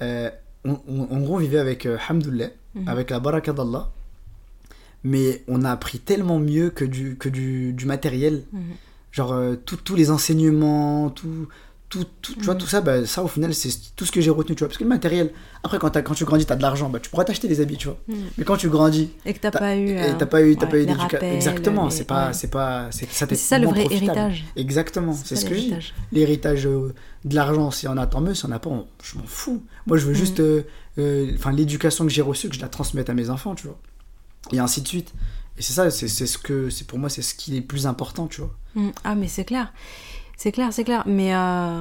En gros, on vivait avec hamdoulilah, avec la baraka d'Allah. Mais on a appris tellement mieux que du matériel. Genre, tous les enseignements, tu vois, tout ça, bah, ça au final c'est tout ce que j'ai retenu, tu vois, parce que le matériel, après quand tu grandis t'as de l'argent, bah tu pourras t'acheter des habits, tu vois, mais quand tu grandis et que t'as pas eu d'éducation, exactement, c'est ça le vrai héritage, exactement, c'est ce que je dis, l'héritage de l'argent, si on a tant mieux, si on a pas, je m'en fous, moi je veux juste l'éducation que j'ai reçue, que je la transmette à mes enfants, tu vois, et ainsi de suite, et c'est ça, c'est pour moi c'est ce qui est le plus important, tu vois. Ah mais c'est clair, mais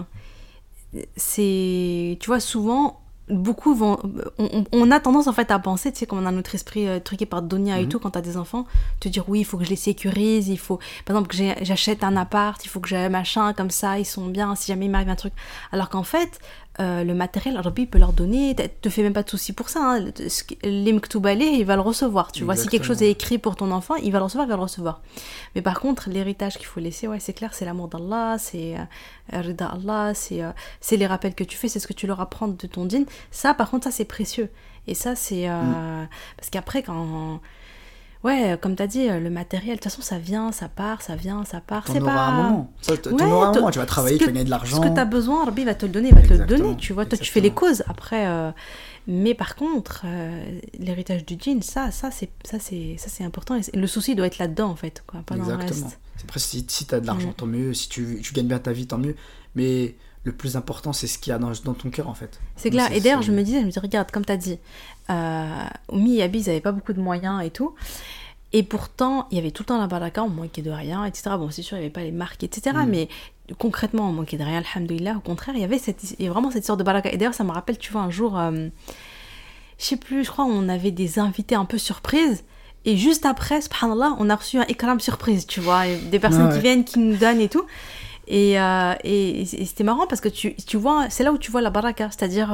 c'est, tu vois, souvent beaucoup vont, on a tendance en fait à penser, tu sais, comme on a notre esprit truqué par Donia et tout, quand t'as des enfants, te dire oui, il faut que je les sécurise, il faut, par exemple, que j'achète un appart, il faut que j'ai machin comme ça, ils sont bien, si jamais il m'arrive un truc, alors qu'en fait le matériel, Rabbi peut leur donner, te fais même pas de soucis pour ça, hein. L'imktoubalé, il va le recevoir, tu vois, si quelque chose est écrit pour ton enfant, il va le recevoir. Mais par contre, l'héritage qu'il faut laisser, ouais, c'est clair, c'est l'amour d'Allah, c'est Rida Allah, c'est les rappels que tu fais, c'est ce que tu leur apprends de ton dîn. Ça, par contre, ça, c'est précieux. Et ça, c'est... Parce qu'après, quand... Ouais, comme tu as dit, le matériel, de toute façon, ça vient, ça part, ça vient, ça part. T'en C'est auras pas... un moment. T'en Ouais, auras un moment. Tu vas travailler, tu vas gagner de ce l'argent. que tu as besoin, Rabbi va te le donner, il va te le donner, tu vois. Toi, tu fais les Exactement. causes. Après, mais par contre, l'héritage du djinn, ça c'est important. Et le souci doit être là-dedans, en fait, quoi, pas dans le Exactement. reste. C'est après, si tu as de l'argent, tant mieux. Si tu gagnes bien ta vie, tant mieux. Mais le plus important, c'est ce qu'il y a dans ton cœur, en fait. C'est Donc, clair. Et d'ailleurs, je me dis, regarde, comme tu as dit, Oumi et Abi, ils n'avaient pas beaucoup de moyens et tout. Et pourtant, il y avait tout le temps la baraka, on manquait de rien, etc. Bon, c'est sûr, il n'y avait pas les marques, etc. Mais concrètement, on manquait de rien, alhamdoulilah. Au contraire, il y avait vraiment cette sorte de baraka. Et d'ailleurs, ça me rappelle, tu vois, un jour, je sais plus, je crois, on avait des invités un peu surprises. Et juste après, subhanallah, on a reçu un ikram surprise, tu vois. Des personnes qui viennent, qui nous donnent et tout. Et c'était marrant parce que tu vois, c'est là où tu vois la baraka. C'est-à-dire...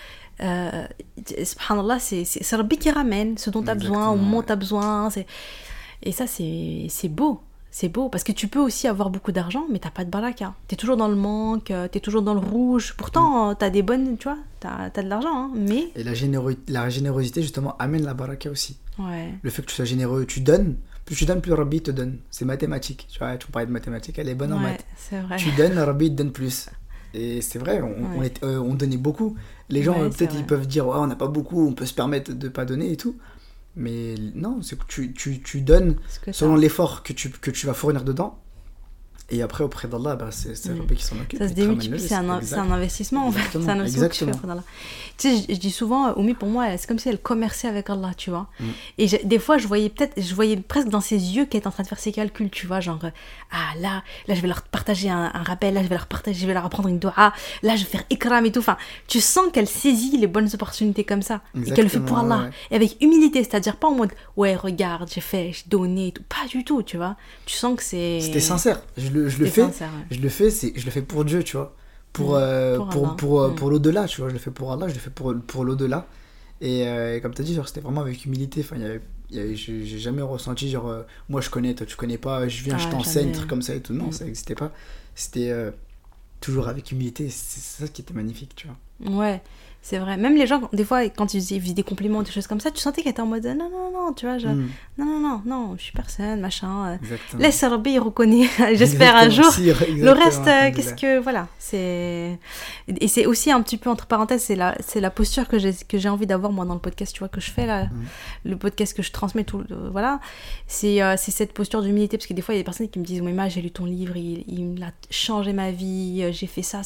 subhanallah, c'est Rabbi qui ramène ce dont tu as besoin, au moment où tu as besoin. Et ça, c'est beau. C'est beau parce que tu peux aussi avoir beaucoup d'argent, mais t'as pas de baraka. T'es toujours dans le manque, t'es toujours dans le rouge. Pourtant, t'as des bonnes, tu vois, t'as de l'argent, hein, mais... Et la générosité, justement, amène la baraka aussi. Ouais. Le fait que tu sois généreux, tu donnes. Plus tu donnes, plus Rabbi te donne. C'est mathématique. Tu vois, tu parlais de mathématiques, elle est bonne en maths. C'est vrai. Tu donnes, Rabbi te donne plus. Et c'est vrai, on donnait beaucoup. Les gens, peut-être, ils peuvent dire, ouais, on n'a pas beaucoup, on peut se permettre de pas donner et tout. Mais non, c'est que tu donnes selon l'effort que tu vas fournir dedans. Et après, auprès d'Allah, bah, c'est Rabbi qui s'en occupe. Ça se démultiplie, c'est un investissement en fait. C'est un investissement que tu fais auprès d'Allah. Tu sais, je dis souvent, Oumi, pour moi, c'est comme si elle commerçait avec Allah, tu vois. Et des fois, je voyais presque dans ses yeux qu'elle est en train de faire ses calculs, tu vois. Genre, là, je vais leur partager un rappel, là, je vais leur apprendre une doua, là, je vais faire ikram et tout. Enfin, tu sens qu'elle saisit les bonnes opportunités comme ça. Et qu'elle le fait pour Allah. Et avec humilité, c'est-à-dire pas en mode, ouais, regarde, j'ai donné et tout. Pas du tout, tu vois. Tu sens que c'est... C'était sincère. Je le fais pour Dieu, tu vois, pour l'au-delà, tu vois, je le fais pour Allah, je le fais pour l'au-delà, et comme tu as dit, genre, c'était vraiment avec humilité. Enfin, j'ai jamais ressenti genre moi je connais, toi tu connais pas, je viens, je t'enseigne, un truc comme ça et tout. Non, ça n'existait pas. C'était toujours avec humilité. C'est ça qui était magnifique, tu vois. Ouais, c'est vrai. Même les gens, des fois, quand ils faisaient des compliments, des choses comme ça, tu sentais qu'elle était en mode non, tu vois, genre, non, je suis personne, machin. Laisse Rabbi, il reconnaît. J'espère un jour. Le reste, qu'est-ce que. Voilà. Et c'est aussi un petit peu, entre parenthèses, c'est la posture que j'ai envie d'avoir, moi, dans le podcast, tu vois, que je fais là. Le podcast que je transmets, voilà. C'est cette posture d'humilité, parce que des fois, il y a des personnes qui me disent, moi, j'ai lu ton livre, il a changé ma vie, j'ai fait ça.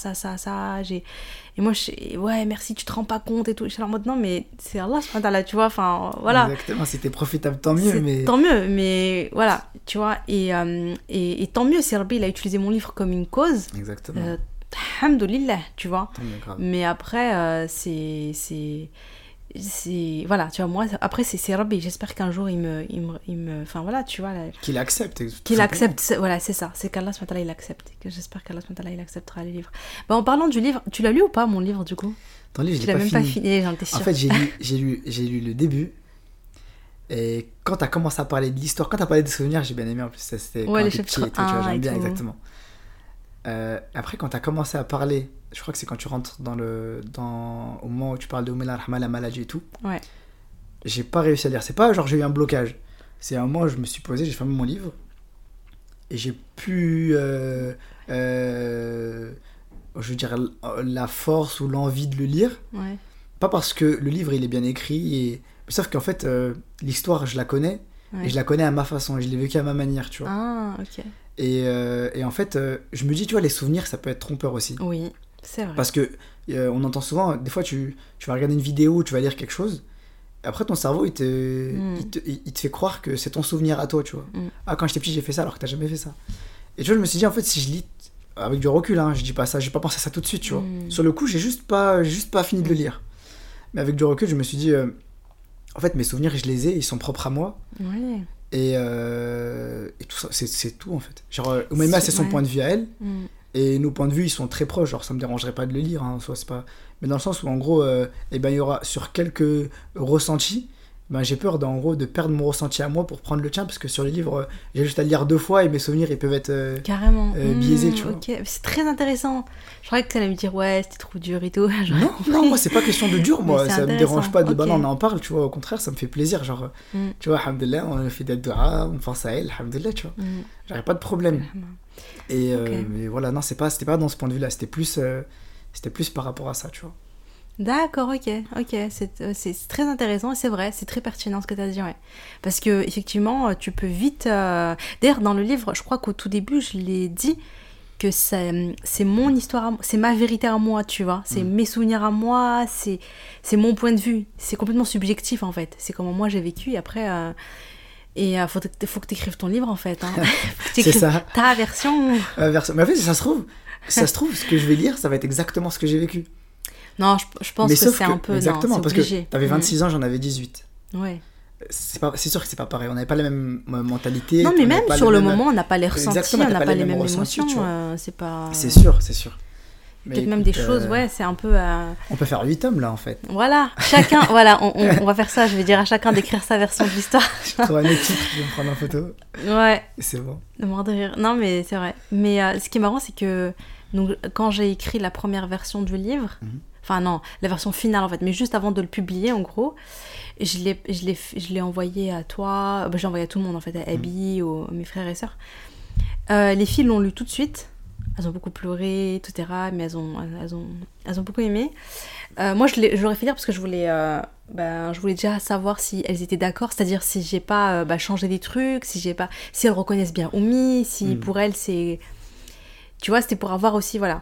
Et moi, ouais, merci, tu te rends pas compte et tout. Je suis en mode, non, mais c'est Allah, là, tu vois, enfin, voilà. Exactement, si t'es profitable, tant mieux. Tant mieux, mais voilà, tu vois. Et tant mieux, si Rabbi, il a utilisé mon livre comme une cause. Exactement. Alhamdoulilah, tu vois. Grave. Mais après, voilà, tu vois, moi, après, c'est Rabbi. J'espère qu'un jour, il me enfin, voilà, tu vois. Qu'il accepte. Qu'il accepte, voilà, c'est ça. C'est qu'Allah, il accepte. J'espère qu'Allah, il acceptera les livres. Bah, en parlant du livre, tu l'as lu ou pas, mon livre, du coup? Ton livre, je l'ai même pas fini, j'en étais sûre. En fait, j'ai lu le début. Et quand t'as commencé à parler de l'histoire, quand t'as parlé des souvenirs, j'ai bien aimé en plus. Ça, c'était quand t'es petit et tout, tu vois, j'aime bien, exactement. Après, quand t'as commencé à parler, je crois que c'est quand tu rentres au moment où tu parles de la maladie et tout. Ouais. J'ai pas réussi à lire. C'est pas genre j'ai eu un blocage. C'est un moment où je me suis posé, j'ai fermé mon livre et j'ai pu, je veux dire, la force ou l'envie de le lire. Ouais. Pas parce que le livre il est bien écrit, sauf qu'en fait l'histoire je la connais. Ouais. Et je la connais à ma façon, et je l'ai vécu à ma manière, tu vois. Ah, ok. Et en fait, je me dis, tu vois, les souvenirs, ça peut être trompeur aussi. Oui, c'est vrai. Parce que on entend souvent, des fois, tu vas regarder une vidéo, tu vas lire quelque chose, et après, ton cerveau, il te fait croire que c'est ton souvenir à toi, tu vois. Ah, quand j'étais petit, j'ai fait ça, alors que t'as jamais fait ça. Et tu vois, je me suis dit, en fait, si je lis, avec du recul, hein, je dis pas ça, j'ai pas pensé à ça tout de suite, tu vois. Sur le coup, j'ai juste pas fini de le lire. Mais avec du recul, je me suis dit, en fait, mes souvenirs, je les ai, ils sont propres à moi. Ouais. Et tout ça, c'est tout en fait. Genre, Oumaima, c'est son point de vue à elle. Et nos points de vue, ils sont très proches. Genre, ça me dérangerait pas de le lire, hein, soit c'est pas. Mais dans le sens où, en gros, il y aura sur quelques ressentis, ben, j'ai peur en gros de perdre mon ressenti à moi pour prendre le tien, parce que sur le livre, j'ai juste à le lire 2 fois et mes souvenirs ils peuvent être Carrément. biaisés, tu vois. Ok, c'est très intéressant. Je croyais que tu allais me dire ouais, c'était trop dur et tout. Genre... Non, moi c'est pas question de dur, moi, ça me dérange pas de ok. bah non, on en parle, tu vois, au contraire, ça me fait plaisir, genre, tu vois, alhamdoulilah, on a fait des doigts, on pense à elle, alhamdoulilah, tu vois, j'aurais pas de problème. Et mais voilà, non, c'était pas dans ce point de vue-là, c'était plus par rapport à ça, tu vois. D'accord, ok, c'est très intéressant et c'est vrai, c'est très pertinent ce que tu as dit, ouais. Parce que effectivement, tu peux vite... D'ailleurs, dans le livre, je crois qu'au tout début, je l'ai dit que c'est mon histoire, c'est ma vérité à moi, tu vois. C'est mes souvenirs à moi, c'est mon point de vue. C'est complètement subjectif, en fait. C'est comment moi j'ai vécu et après... faut que tu écrives ton livre, en fait. Hein. C'est ça. Ta version. Mais en fait, ça se trouve, ce que je vais lire, ça va être exactement ce que j'ai vécu. Non, je pense que c'est un peu... Exactement, non, parce obligé. que t'avais 26 ans, j'en avais 18. Ouais. C'est sûr que c'est pas pareil, on n'avait pas la même mentalité. Non, mais même sur le moment, on n'a pas les ressentis, on n'a pas les mêmes ressentis, émotions. C'est pas... C'est sûr. Peut-être même des choses, ouais, c'est un peu... On peut faire 8 tomes, là, en fait. Voilà, chacun... voilà, on va faire ça, je vais dire à chacun d'écrire sa version de l'histoire. Je trouve un autre titre, je vais me prendre en photo. Ouais. Et c'est bon. Mort de rire. Non, mais c'est vrai. Mais ce qui est marrant, c'est que donc, quand j'ai écrit la première version du livre... Enfin non, la version finale en fait, mais juste avant de le publier en gros, je l'ai envoyé à toi, j'ai envoyé à tout le monde en fait, à Abby, à mes frères et sœurs. Les filles l'ont lu tout de suite, elles ont beaucoup pleuré, etc. Mais elles ont beaucoup aimé. Moi je l'aurais fait lire parce que je voulais déjà savoir si elles étaient d'accord, c'est-à-dire si j'ai pas changé des trucs, si elles reconnaissent bien Oumi, si pour elles c'est... Tu vois, c'était pour avoir aussi, voilà.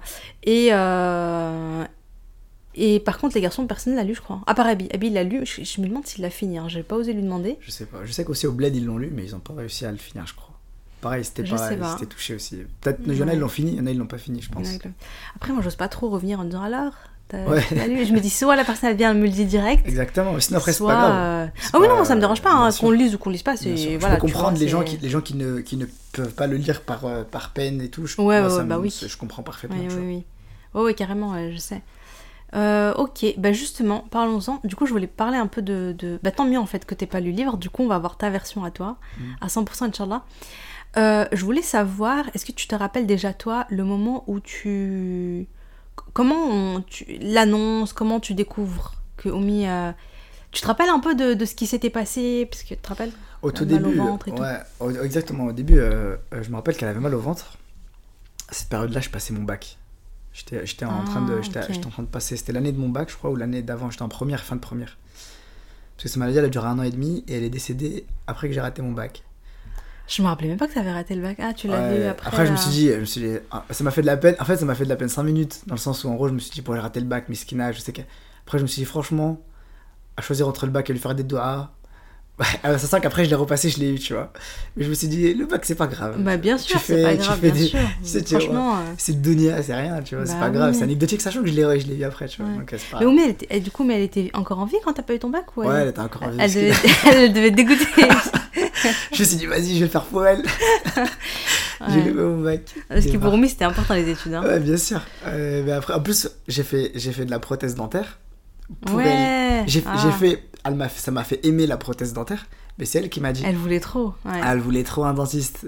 Et par contre, les garçons, personne ne l'a lu, je crois. À part Abby. Abby l'a lu, je me demande s'il l'a fini. Hein. J'ai pas osé lui demander. Je sais pas. Je sais qu'aussi au Bled, ils l'ont lu, mais ils ont pas réussi à le finir, je crois. Pareil, c'était touché aussi. Peut-être il y en a, ils l'ont fini, il y en a, ils l'ont pas fini, je pense. Après, moi, j'ose pas trop revenir en disant alors. Tu l'as lu. Je me dis, soit la personne, elle vient me le dire direct. Exactement, sinon après, c'est pas grave. Ah oui, non, moi, ça me dérange pas qu'on le lise ou qu'on le lise pas. Voilà, je peux comprendre les gens qui ne peuvent pas le lire par peine et tout. Je comprends parfaitement. Oui, carrément, je sais. Ok, justement, parlons-en. Du coup, je voulais parler un peu de... tant mieux en fait que t'aies pas lu le livre. Du coup, on va avoir ta version à toi, à 100%, Inch'Allah. Je voulais savoir, est-ce que tu te rappelles déjà, toi, le moment où tu... Comment tu l'annonces, comment tu découvres que Oumi... Tu te rappelles un peu de ce qui s'était passé? Parce que tu te rappelles au tout début, mal au ventre et tout. Exactement. Au début, je me rappelle qu'elle avait mal au ventre. À cette période-là, je passais mon bac. J'étais en train de passer, c'était l'année de mon bac je crois, ou l'année d'avant, j'étais en fin de première. Parce que cette maladie elle a duré 1 an et demi et elle est décédée après que j'ai raté mon bac. Je me rappelais même pas que t'avais raté le bac. Ah, tu l'as vu après. Après je me suis dit, ça m'a fait de la peine, en fait ça m'a fait de la peine 5 minutes, dans le sens où en gros je me suis dit, j'ai raté le bac, miskina, je sais que... Après je me suis dit franchement, à choisir entre le bac et lui faire des doigts, ça sent qu'après je l'ai repassé, je l'ai eu, tu vois. Mais je me suis dit, le bac c'est pas grave. Bien sûr, c'est pas grave, bien sûr. Franchement, c'est le dunia, c'est rien, tu vois, c'est pas grave. C'est anecdotique, sachant que je l'ai eu après, tu vois. Donc, c'est pas... Mais Oumi, elle était encore en vie quand t'as pas eu ton bac, ouais, elle était encore en vie. Elle devait te dégoûter. Je me suis dit, vas-y, je vais le faire pour elle. J'ai eu mon bac. Parce que pour Oumi, c'était important les études. Hein. Ouais, bien sûr. Mais après, en plus, j'ai fait de la prothèse dentaire. Pour elle. Ça m'a fait aimer la prothèse dentaire, mais c'est elle qui m'a dit. Elle voulait trop. Ouais. Elle voulait trop un dentiste.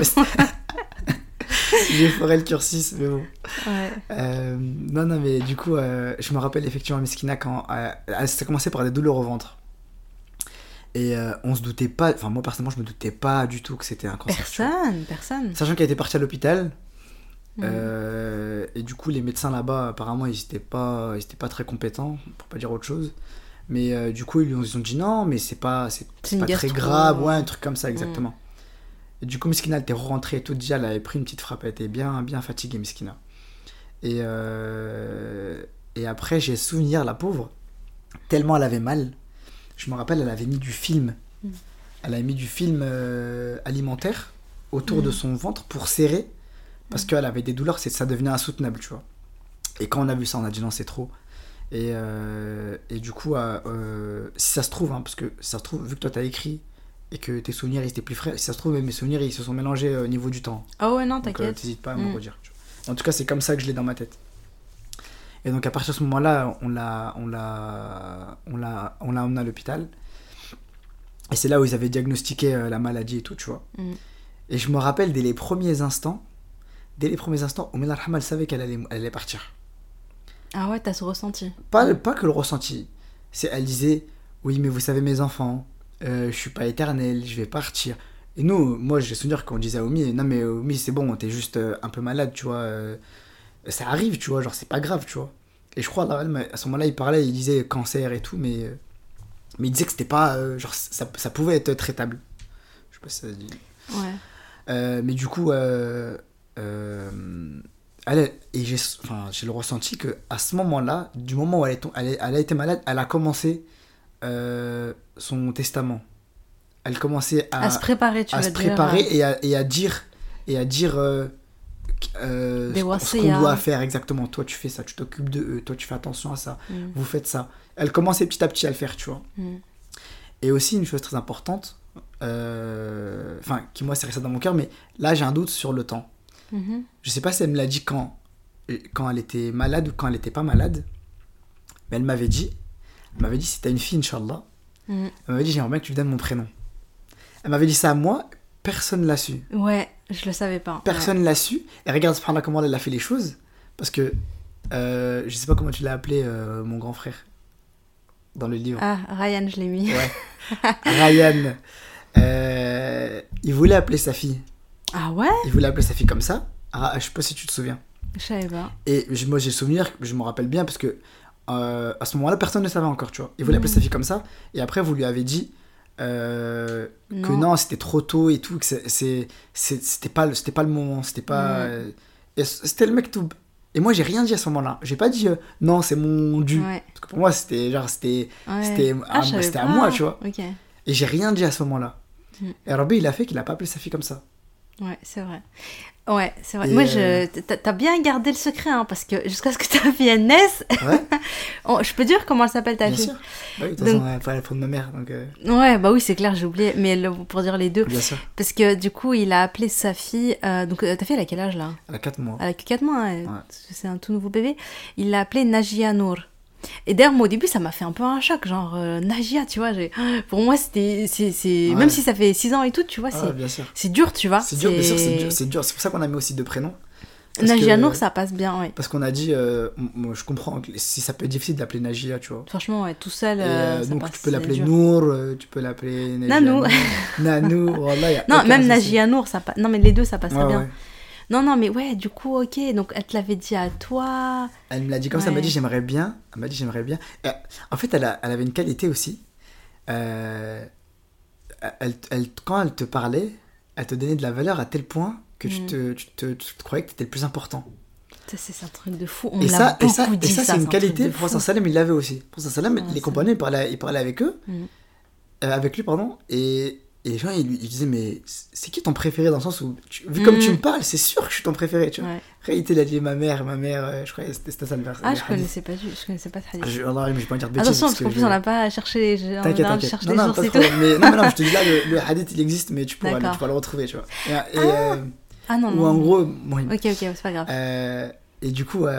J'ai foré le cursus, mais bon. Ouais. Non, mais du coup, je me rappelle effectivement, Miskina, quand ça a commencé par des douleurs au ventre. Et on se doutait pas, enfin moi personnellement, je me doutais pas du tout que c'était un cancer. Personne. Sachant qu'elle était partie à l'hôpital. Et du coup, les médecins là-bas, apparemment, ils étaient pas très compétents, pour pas dire autre chose. Mais du coup, ils ont dit non, mais c'est pas très grave, ouais, un truc comme ça, exactement. Et du coup, Miskina, elle était rentrée et tout, déjà, elle avait pris une petite frappe, elle était bien fatiguée, Miskina. Et après, j'ai souvenir, la pauvre, tellement elle avait mal. Je me rappelle, elle avait mis du film. Elle avait mis du film alimentaire autour de son ventre pour serrer. Parce qu'elle avait des douleurs, ça devenait insoutenable, tu vois. Et quand on a vu ça, on a dit non, c'est trop. Et du coup, si ça se trouve, parce que ça se trouve, vu que toi t'as écrit et que tes souvenirs ils étaient plus frais, si ça se trouve, mes souvenirs ils se sont mélangés au niveau du temps. Ah ouais, non, t'inquiète. Donc t'hésites pas à me redire. Tu vois. En tout cas, c'est comme ça que je l'ai dans ma tête. Et donc à partir de ce moment-là, on l'a emmené à l'hôpital. Et c'est là où ils avaient diagnostiqué la maladie et tout, tu vois. Et je me rappelle dès les premiers instants, Oumina Rahma, elle savait elle allait partir. Ah ouais, t'as ce ressenti. Pas que le ressenti. Elle disait, oui, mais vous savez, mes enfants, je suis pas éternel, je vais partir. Et moi, j'ai souvenir qu'on disait à Oumi, non mais Oumi, c'est bon, t'es juste un peu malade, tu vois. Ça arrive, tu vois, genre c'est pas grave, tu vois. Et je crois, là, à ce moment-là, il parlait, il disait cancer et tout, mais il disait que c'était pas, genre ça pouvait être traitable. Je sais pas si ça se dit. Ouais. Mais du coup, j'ai le ressenti que à ce moment-là, du moment où elle a été malade, elle a commencé son testament. Elle commençait à se préparer, tu à veux se dire. préparer et à dire ce qu'on doit faire exactement. Toi, tu fais ça, tu t'occupes de eux, toi, tu fais attention à ça, vous faites ça. Elle commençait petit à petit à le faire, tu vois. Et aussi, une chose très importante, qui moi, c'est resté dans mon cœur, mais là, j'ai un doute sur le temps. Je sais pas si elle me l'a dit quand elle était malade ou quand elle était pas malade, mais elle m'avait dit si t'as une fille, Inch'Allah, elle m'avait dit j'aimerais bien que tu lui donnes mon prénom. Elle m'avait dit ça à moi, personne l'a su. Ouais, je le savais pas. Personne l'a su. Et regarde subhanallah comment elle a fait les choses, parce que je sais pas comment tu l'as appelé mon grand frère dans le livre. Ah, Ryan, je l'ai mis. Ouais. Ryan, il voulait appeler sa fille. Ah ouais? Il voulait appeler sa fille comme ça. Ah, je sais pas si tu te souviens. Je savais pas. Et moi j'ai le souvenir, je me rappelle bien parce que à ce moment-là personne ne savait encore, tu vois. Il voulait appeler sa fille comme ça et après vous lui avez dit que non, c'était trop tôt et tout, que c'était pas le moment, c'était pas et c'était le mektoub. Et moi j'ai rien dit à ce moment-là. J'ai pas dit non, c'est mon dû. Ouais. Parce que pour moi c'était à moi, tu vois. Okay. Et j'ai rien dit à ce moment-là. Et Rabbi il a fait qu'il a pas appelé sa fille comme ça. Ouais, c'est vrai. Ouais, c'est vrai. Et moi, t'as bien gardé le secret, hein, parce que jusqu'à ce que ta fille elle naisse, je peux dire comment elle s'appelle ta fille. Bien sûr. Bah oui, de toute façon, elle parlait pour de ma mère. Donc Ouais, bah oui, c'est clair, j'ai oublié, mais pour dire les deux. Bien sûr. Parce que du coup, il a appelé sa fille. Donc, ta fille, elle a quel âge là? Elle a 4 mois. Elle a que 4 mois, hein, parce que c'est un tout nouveau bébé. Il l'a appelée Najia Nour. Et d'ailleurs, moi, au début, ça m'a fait un peu un choc, genre Najia, tu vois. Pour moi, c'est même si ça fait 6 ans et tout, tu vois, c'est dur, tu vois. C'est dur, bien sûr, c'est dur. C'est pour ça qu'on a mis aussi 2 prénoms. Najia Nour, ça passe bien, oui. Parce qu'on a dit, moi, je comprends si ça peut être difficile d'appeler Najia, tu vois. Franchement, ouais, tout seul, donc tu peux l'appeler Nour, tu peux l'appeler Nanou. Nanou, voilà. Non, même Najia Nour, ça passe. Non, mais les deux, ça passe très bien. Ouais. Non, mais ouais, du coup, ok, donc elle te l'avait dit à toi. Elle me l'a dit comme ça, elle m'a dit j'aimerais bien. En fait, elle avait une qualité aussi. Quand elle te parlait, elle te donnait de la valeur à tel point que tu croyais que tu étais le plus important. Ça, c'est un truc de fou. On me l'a beaucoup dit. Et ça, c'est une qualité. Pour Prophète Sallam, il l'avait aussi. Pour Prophète Sallam, les compagnons, il parlait avec eux, avec lui, pardon, et les gens, ils disaient, mais c'est qui ton préféré dans le sens où, vu comme tu me parles, c'est sûr que je suis ton préféré, tu vois. Ouais. Réalité, il a dit ma mère, je crois que c'était ça le verset. Ah, je connaissais pas ce hadith. Allah, mais je vais pas dire de bêtises. Attention, parce qu'en plus, on n'a pas cherché. T'inquiète. Non, pas trop. Mais non, je te dis là, le hadith, il existe, mais tu pourras le retrouver, tu vois. Non. Ou en gros, bon, ok, c'est pas grave. Et du coup,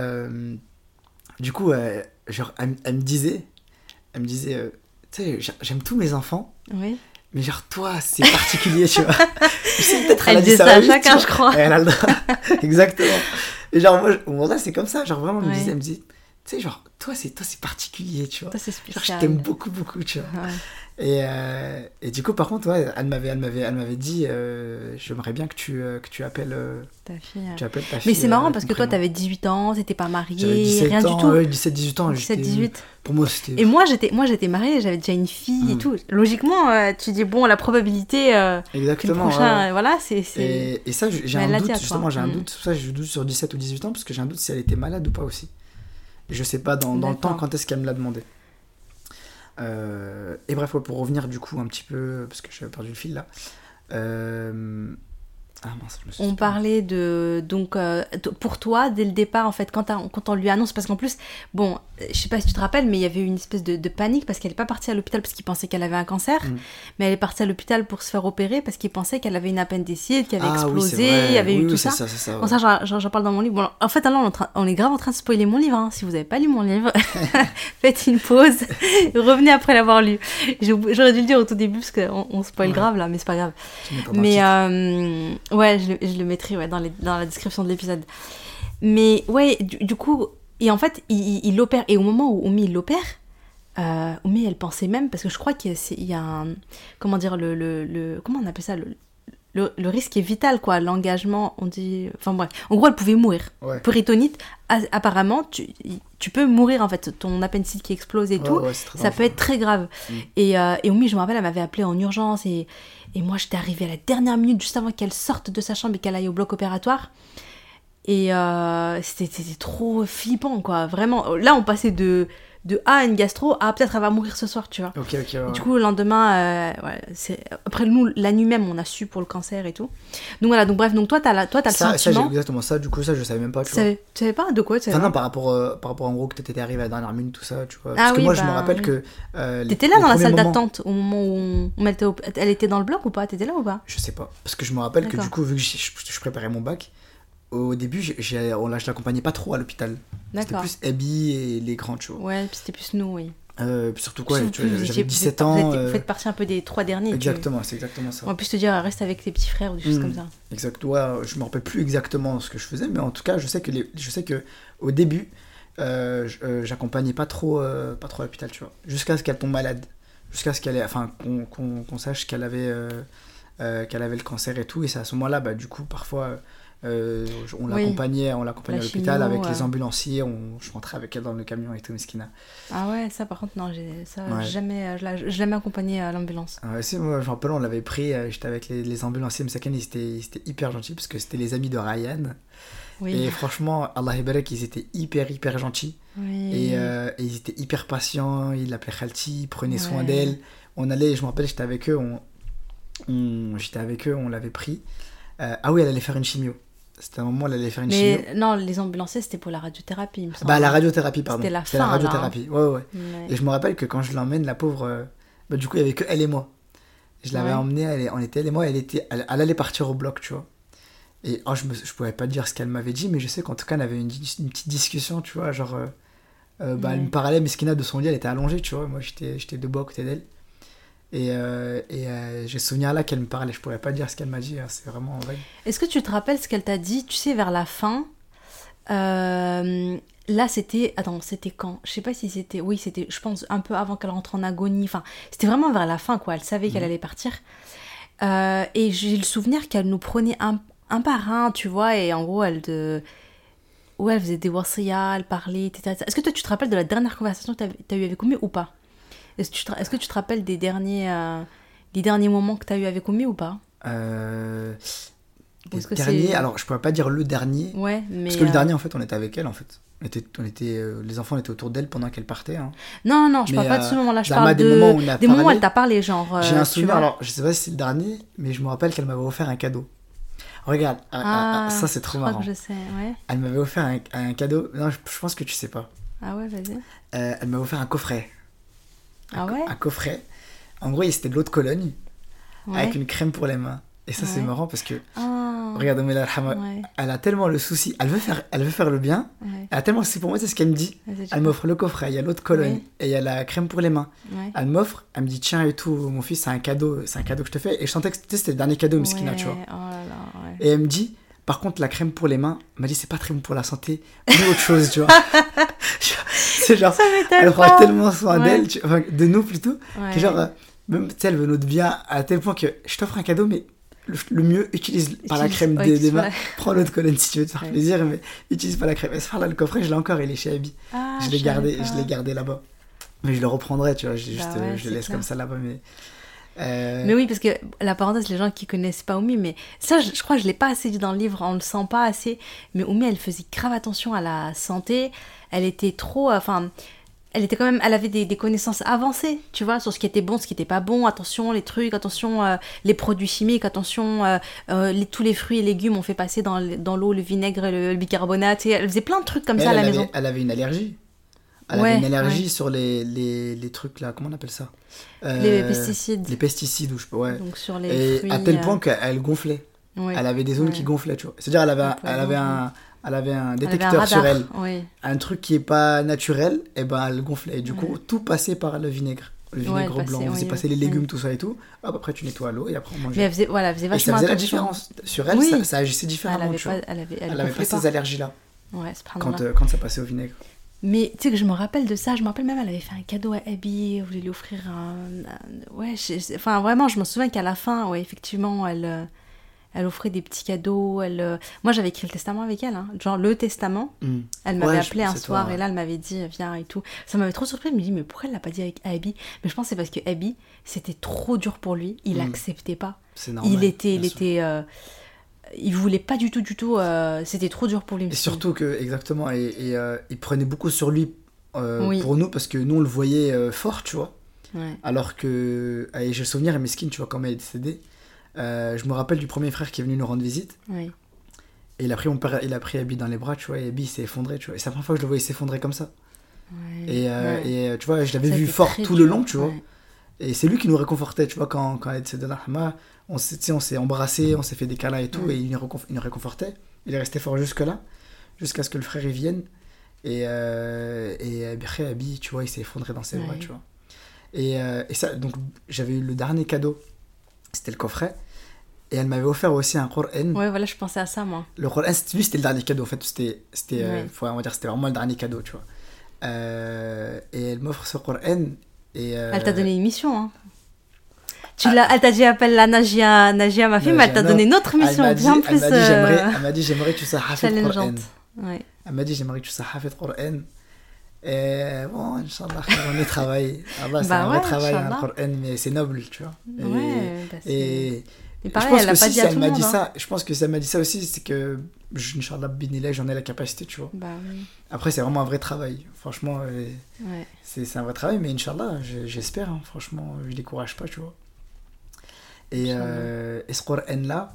genre, elle me disait, tu sais, j'aime tous mes enfants. Oui. Mais genre, toi, c'est particulier, tu vois. Je sais, peut-être elle dit ça à chacun, je crois. Elle a le droit. Exactement. Et genre, moi, là, c'est comme ça. Genre, vraiment, elle me dit, tu sais, genre, toi, c'est particulier, tu vois. Toi, c'est spécial. Genre, je t'aime beaucoup, tu vois. Ouais. Et du coup, par contre, ouais, elle m'avait dit, j'aimerais bien que tu appelles ta fille. Tu appelles ta fille. Mais c'est marrant parce que toi, t'avais 18 ans, t'étais pas mariée, rien du tout. 17-18 ans. 17-18. Pour moi, c'était. Et moi, j'étais mariée, j'avais déjà une fille et tout. Logiquement, tu dis, bon, la probabilité exactement, que le prochain, voilà, c'est... Et ça, j'ai un doute, justement, j'ai un doute. Ça, je doute sur 17 ou 18 ans parce que j'ai un doute si elle était malade ou pas aussi. Je sais pas dans le temps quand est-ce qu'elle me l'a demandé. Et bref, pour revenir du coup un petit peu, parce que j'avais perdu le fil là. Ah mince, je me suis On parlait de... Donc, pour toi, dès le départ, en fait, quand on lui annonce... Parce qu'en plus, bon, je sais pas si tu te rappelles, mais il y avait eu une espèce de panique parce qu'elle n'est pas partie à l'hôpital parce qu'il pensait qu'elle avait un cancer. Mais elle est partie à l'hôpital pour se faire opérer parce qu'il pensait qu'elle avait une appendicite, qui avait explosé, il y avait eu tout ça. C'est ça, ouais. Bon, ça, j'en parle dans mon livre. Bon, en fait, là, on est grave en train de spoiler mon livre. Hein. Si vous n'avez pas lu mon livre, faites une pause. Revenez après l'avoir lu. J'aurais dû le dire au tout début parce qu'on spoil grave, là, mais c'est pas grave. Mais ouais, je le mettrai dans la description de l'épisode. Mais ouais, du coup, et en fait, il l'opère. Et au moment où Oumi l'opère, Oumi, elle pensait même, parce que je crois qu'il y a un... Comment dire, comment on appelle ça, le risque est vital, quoi. L'engagement, on dit... Enfin bref, en gros, elle pouvait mourir. Ouais. Péritonite, apparemment, tu peux mourir, en fait. Ton appendicite qui explose et tout, ça peut être très grave. Et Oumi, je me rappelle, elle m'avait appelée en urgence et moi, j'étais arrivée à la dernière minute, juste avant qu'elle sorte de sa chambre et qu'elle aille au bloc opératoire. Et c'était trop flippant, quoi. Vraiment, là, on passait de A à une gastro à peut-être elle va mourir ce soir, tu vois. Ok, ouais. Du coup, le lendemain, après nous, la nuit même, on a su pour le cancer et tout. Donc voilà, bref, toi, t'as le ça, sentiment. Ça, exactement ça, du coup, ça, je savais même pas, tu vois. Tu savais pas de quoi tu savais non, par rapport en gros que t'étais arrivé à la dernière minute, tout ça, tu vois. Ah Parce que oui, moi, je me rappelle que... T'étais là dans la salle d'attente au moment où elle était dans le bloc ou pas? T'étais là ou pas? Je sais pas. Parce que je me rappelle que du coup, vu que je préparais mon bac, au début, je l'accompagnais pas trop à l'hôpital. D'accord. C'était plus Abby et les grands, tu vois. Ouais, puis c'était plus nous, oui. Surtout quoi, j'avais 17 ans. Vous faites partie un peu des 3 derniers. Exactement, c'est exactement ça. On va plus te dire, reste avec tes petits frères ou des choses comme ça. Exact, ouais, je me rappelle plus exactement ce que je faisais, mais en tout cas, je sais que au début, j'accompagnais pas trop à l'hôpital, tu vois. Jusqu'à ce qu'elle tombe malade. Jusqu'à ce qu'on sache qu'elle avait le cancer et tout. Et c'est à ce moment-là, bah, du coup, parfois... on l'accompagnait à l'hôpital avec les ambulanciers, je rentrais avec elle dans le camion et tout, Meskina. Ah ouais, ça par contre non, jamais, je l'ai accompagnée à l'ambulance. Ouais, si, moi je me rappelle, on l'avait pris, j'étais avec les ambulanciers Msaken, ils étaient hyper gentils parce que c'était les amis de Ryan. Oui. Et franchement, Allah Ibarak, ils étaient hyper gentils. Oui. Et ils étaient hyper patients, ils l'appelaient Khalti, ils prenaient soin d'elle. On allait, je me rappelle, j'étais avec eux, on l'avait pris. Ah oui, elle allait faire une chimio. C'était un moment où elle allait faire une chimio. Mais non, les ambulanciers, c'était pour la radiothérapie, il me semble. Bah, la radiothérapie, pardon. C'était la radiothérapie, là, hein. Ouais. Et je me rappelle que quand je l'emmène, la pauvre... bah, du coup, il y avait que elle et moi. Je l'avais emmenée, on était elle et moi, elle allait partir au bloc, tu vois. Et je pouvais pas dire ce qu'elle m'avait dit, mais je sais qu'en tout cas, on avait une petite discussion, tu vois, genre... elle me parlait, Meskina, de son lit, elle était allongée, tu vois. Moi, j'étais debout à côté d'elle. Et j'ai souvenir là qu'elle me parlait, je pourrais pas dire ce qu'elle m'a dit, hein, c'est vraiment vague. Est-ce que tu te rappelles ce qu'elle t'a dit, tu sais, vers la fin là c'était quand? Je sais pas si c'était, oui c'était, je pense un peu avant qu'elle rentre en agonie, enfin c'était vraiment vers la fin quoi, elle savait qu'elle allait partir. Et j'ai le souvenir qu'elle nous prenait un par un, tu vois, et en gros elle faisait des wasiyas, elle parlait, etc. Est-ce que toi tu te rappelles de la dernière conversation que t'as eu avec Oumi ou pas? Est-ce que tu te rappelles des derniers moments que tu as eu avec Oumi ou pas? Les derniers, alors je pourrais pas dire le dernier. Ouais, mais parce que le dernier, en fait, on était avec elle, en fait. Les enfants étaient autour d'elle pendant qu'elle partait. Hein. Non, je parle pas de ce moment-là, je parle des moments où elle t'a parlé, genre... J'ai un souvenir, alors je sais pas si c'est le dernier, mais je me rappelle qu'elle m'avait offert un cadeau. Regarde, ça c'est trop marrant. Je sais, ouais. Elle m'avait offert un cadeau, non, je pense que tu sais pas. Ah ouais, vas-y. Elle m'avait offert un coffret. Ah ouais? Un coffret. En gros, c'était de l'eau de Cologne avec une crème pour les mains. Et ça, c'est marrant parce que regarde, elle a tellement le souci. Elle veut faire le bien. Ouais. Elle a tellement, c'est pour moi, c'est ce qu'elle me dit. Elle m'offre le coffret. Il y a l'eau de Cologne et il y a la crème pour les mains. Ouais. Elle m'offre. Elle me dit tiens et tout, mon fils, c'est un cadeau que je te fais. Et je sentais que c'était le dernier cadeau, Meskina, tu vois. Oh là là, et elle me dit. Par contre, la crème pour les mains, elle m'a dit c'est pas très bon pour la santé, mais autre chose, tu vois. C'est genre, elle prend tellement soin d'elle, enfin, de nous plutôt, que genre, même, tu sais, elle veut notre bien à tel point que je t'offre un cadeau, mais le mieux, utilise pas la crème des mains. Prends l'autre colonne si tu veux te faire plaisir, mais utilise pas la crème. Et ce là, le coffret, je l'ai encore, il est chez Abby. Je l'ai gardé là-bas. Mais je le reprendrai, tu vois, je le laisse comme ça là-bas, mais... Mais oui, parce que la parenthèse, les gens qui connaissent pas Oumi, mais ça, je crois que je l'ai pas assez dit dans le livre, on le sent pas assez. Mais Oumi, elle faisait grave attention à la santé. Elle était trop, elle avait des connaissances avancées, tu vois, sur ce qui était bon, ce qui était pas bon, attention les trucs, attention les produits chimiques, attention tous les fruits et légumes on fait passer dans l'eau, le vinaigre, le bicarbonate, et elle faisait plein de trucs comme ça à la maison. Elle avait une allergie. Elle avait une allergie sur les trucs là, comment on appelle ça, les pesticides. Les pesticides, ou je sais pas, ouais. Donc sur les fruits. À tel point qu'elle gonflait. Ouais. Elle avait des zones qui gonflaient, tu vois. C'est-à-dire elle avait un détecteur sur elle. Oui. Un truc qui est pas naturel, et ben elle gonflait. Et du coup, tout passait par le vinaigre. Le vinaigre blanc. On faisait passer les légumes, tout ça et tout. Hop, après tu nettoies l'eau et après on mangeait. Mais elle faisait vachement attention. Et ça faisait la différence. Sur elle, ça agissait différemment. Elle avait pas ces allergies-là. Ouais, quand ça passait au vinaigre. Mais tu sais que je me rappelle de ça, je me rappelle même elle avait fait un cadeau à Abby, elle voulait lui offrir enfin vraiment je me souviens qu'à la fin, ouais, effectivement, elle offrait des petits cadeaux, moi j'avais écrit le testament avec elle, hein, genre le testament, elle m'avait appelé un soir et là elle m'avait dit viens et tout, ça m'avait trop surpris, je me dis mais pourquoi elle l'a pas dit avec Abby, mais je pense que c'est parce que Abby c'était trop dur pour lui, il acceptait pas, c'est normal, il voulait pas du tout, c'était trop dur pour lui. Et surtout que, exactement, il prenait beaucoup sur lui pour nous, parce que nous on le voyait fort, tu vois. Ouais. Alors que, j'ai le souvenir, Meskin, tu vois, quand elle est décédée, je me rappelle du premier frère qui est venu nous rendre visite. Oui. Et il a pris Abby dans les bras, tu vois, et Abby s'est effondré, tu vois. Et c'est la première fois que je le voyais s'effondrer comme ça. Ouais. Et tu vois, je l'avais vu fort tout le long, tu vois. Et c'est lui qui nous réconfortait, tu vois, quand elle était dans Rahma, on s'est embrassés, on s'est fait des câlins et tout, et il nous réconfortait. Il est resté fort jusque-là, jusqu'à ce que le frère y vienne. Et après, Abby, tu vois, il s'est effondré dans ses bras, tu vois. Et ça, donc, j'avais eu le dernier cadeau, c'était le coffret. Et elle m'avait offert aussi un Coran. Ouais, voilà, je pensais à ça, moi. Le Coran, c'était le dernier cadeau, en fait. On va dire, c'était vraiment le dernier cadeau, tu vois. Et elle m'offre ce Coran. Elle t'a donné une mission, hein. Elle t'a dit appelle la Najia ma fille, mais elle t'a donné une autre mission bien plus. Elle m'a dit j'aimerais que tu sois hafid Coran. Ouais. Elle m'a dit j'aimerais que tu sois hafid Coran. Et bon, Inch'Allah, on y travaille. Allah, c'est un vrai travail, un Coran, mais c'est noble, tu vois. Et pareil, je pense elle a que pas dit à tout le monde. Ça, je pense que si elle m'a dit ça aussi, c'est que Inch'Allah, binillah, j'en ai la capacité, tu vois. Bah oui. Après, c'est vraiment un vrai travail. Franchement, c'est un vrai travail, mais Inch'Allah, j'espère, hein, franchement, je décourage pas, tu vois. Et ce Coran-là,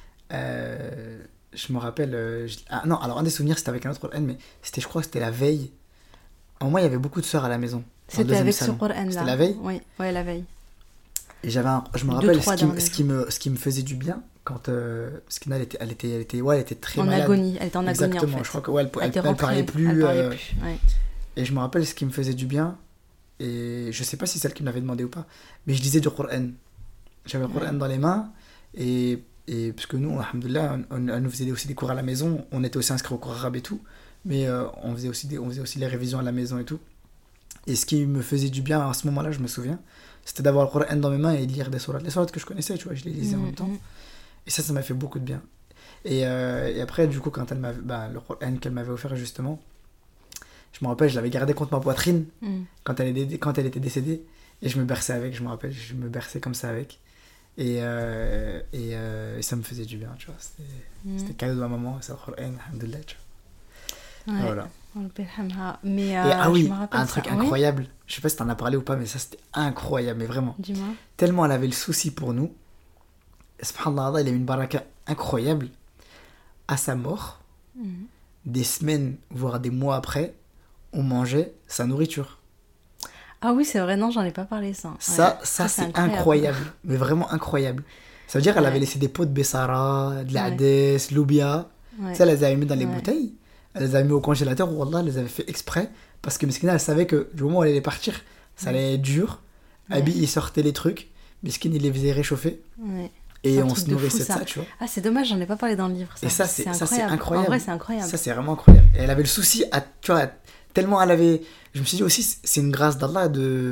je me rappelle. Non, alors un des souvenirs, c'était avec un autre Coran, mais je crois que c'était la veille. En moi, il y avait beaucoup de sœurs à la maison. C'était avec ce Coran-là. C'était la veille ? Oui, la veille. Et je me rappelle ce qui me faisait du bien quand parce qu'elle était très malade. Agonie, elle était en agonie. Exactement, en fait. je crois qu'elle parlait plus. Ouais. Et je me rappelle ce qui me faisait du bien, et je sais pas si c'est celle qui me l'avait demandé ou pas, mais je lisais du Coran. J'avais le Coran dans les mains, et parce que nous, alhamdoulilah, on nous faisait aussi des cours à la maison, on était aussi inscrits au cours arabe et tout, mais on faisait aussi les révisions à la maison et tout. Et ce qui me faisait du bien à ce moment-là, je me souviens, c'était d'avoir le Coran dans mes mains et de lire des sourates. Les sourates que je connaissais, tu vois, je les lisais en même temps. Et ça m'a fait beaucoup de bien. Et après, du coup, quand elle m'avait, le Coran qu'elle m'avait offert justement, je me rappelle, je l'avais gardé contre ma poitrine quand elle était décédée. Et je me berçais avec, je me rappelle, je me berçais comme ça avec. Et ça me faisait du bien, tu vois. C'était cadeau de ma maman, c'est le Coran, alhamdoulilah, tu vois. Ouais. Voilà. Mais oui, un truc incroyable, je sais pas si t'en as parlé ou pas, mais ça c'était incroyable, mais vraiment. Dis-moi. Tellement elle avait le souci pour nous, subhanallah, il a eu une baraka incroyable. À sa mort, des semaines, voire des mois après, on mangeait sa nourriture. Ah oui, c'est vrai, non, j'en ai pas parlé ça. Ça c'est incroyable, mais vraiment incroyable. Ça veut dire qu'elle avait laissé des pots de bessara, de l'adès, loubia, ça elle les avait mis dans les bouteilles. Elle les avait mis au congélateur, ou Allah, elle les avait fait exprès, parce que Meskina, elle savait que du moment où elle allait partir, ça allait être dur. Abi, il sortait les trucs, Meskin, il les faisait réchauffer. Et on se nourrissait de ça, tu vois. Ah, c'est dommage, j'en ai pas parlé dans le livre. Et ça, c'est incroyable. En vrai, c'est incroyable. Ça, c'est vraiment incroyable. Et elle avait le souci, tu vois, tellement elle avait. Je me suis dit aussi, c'est une grâce d'Allah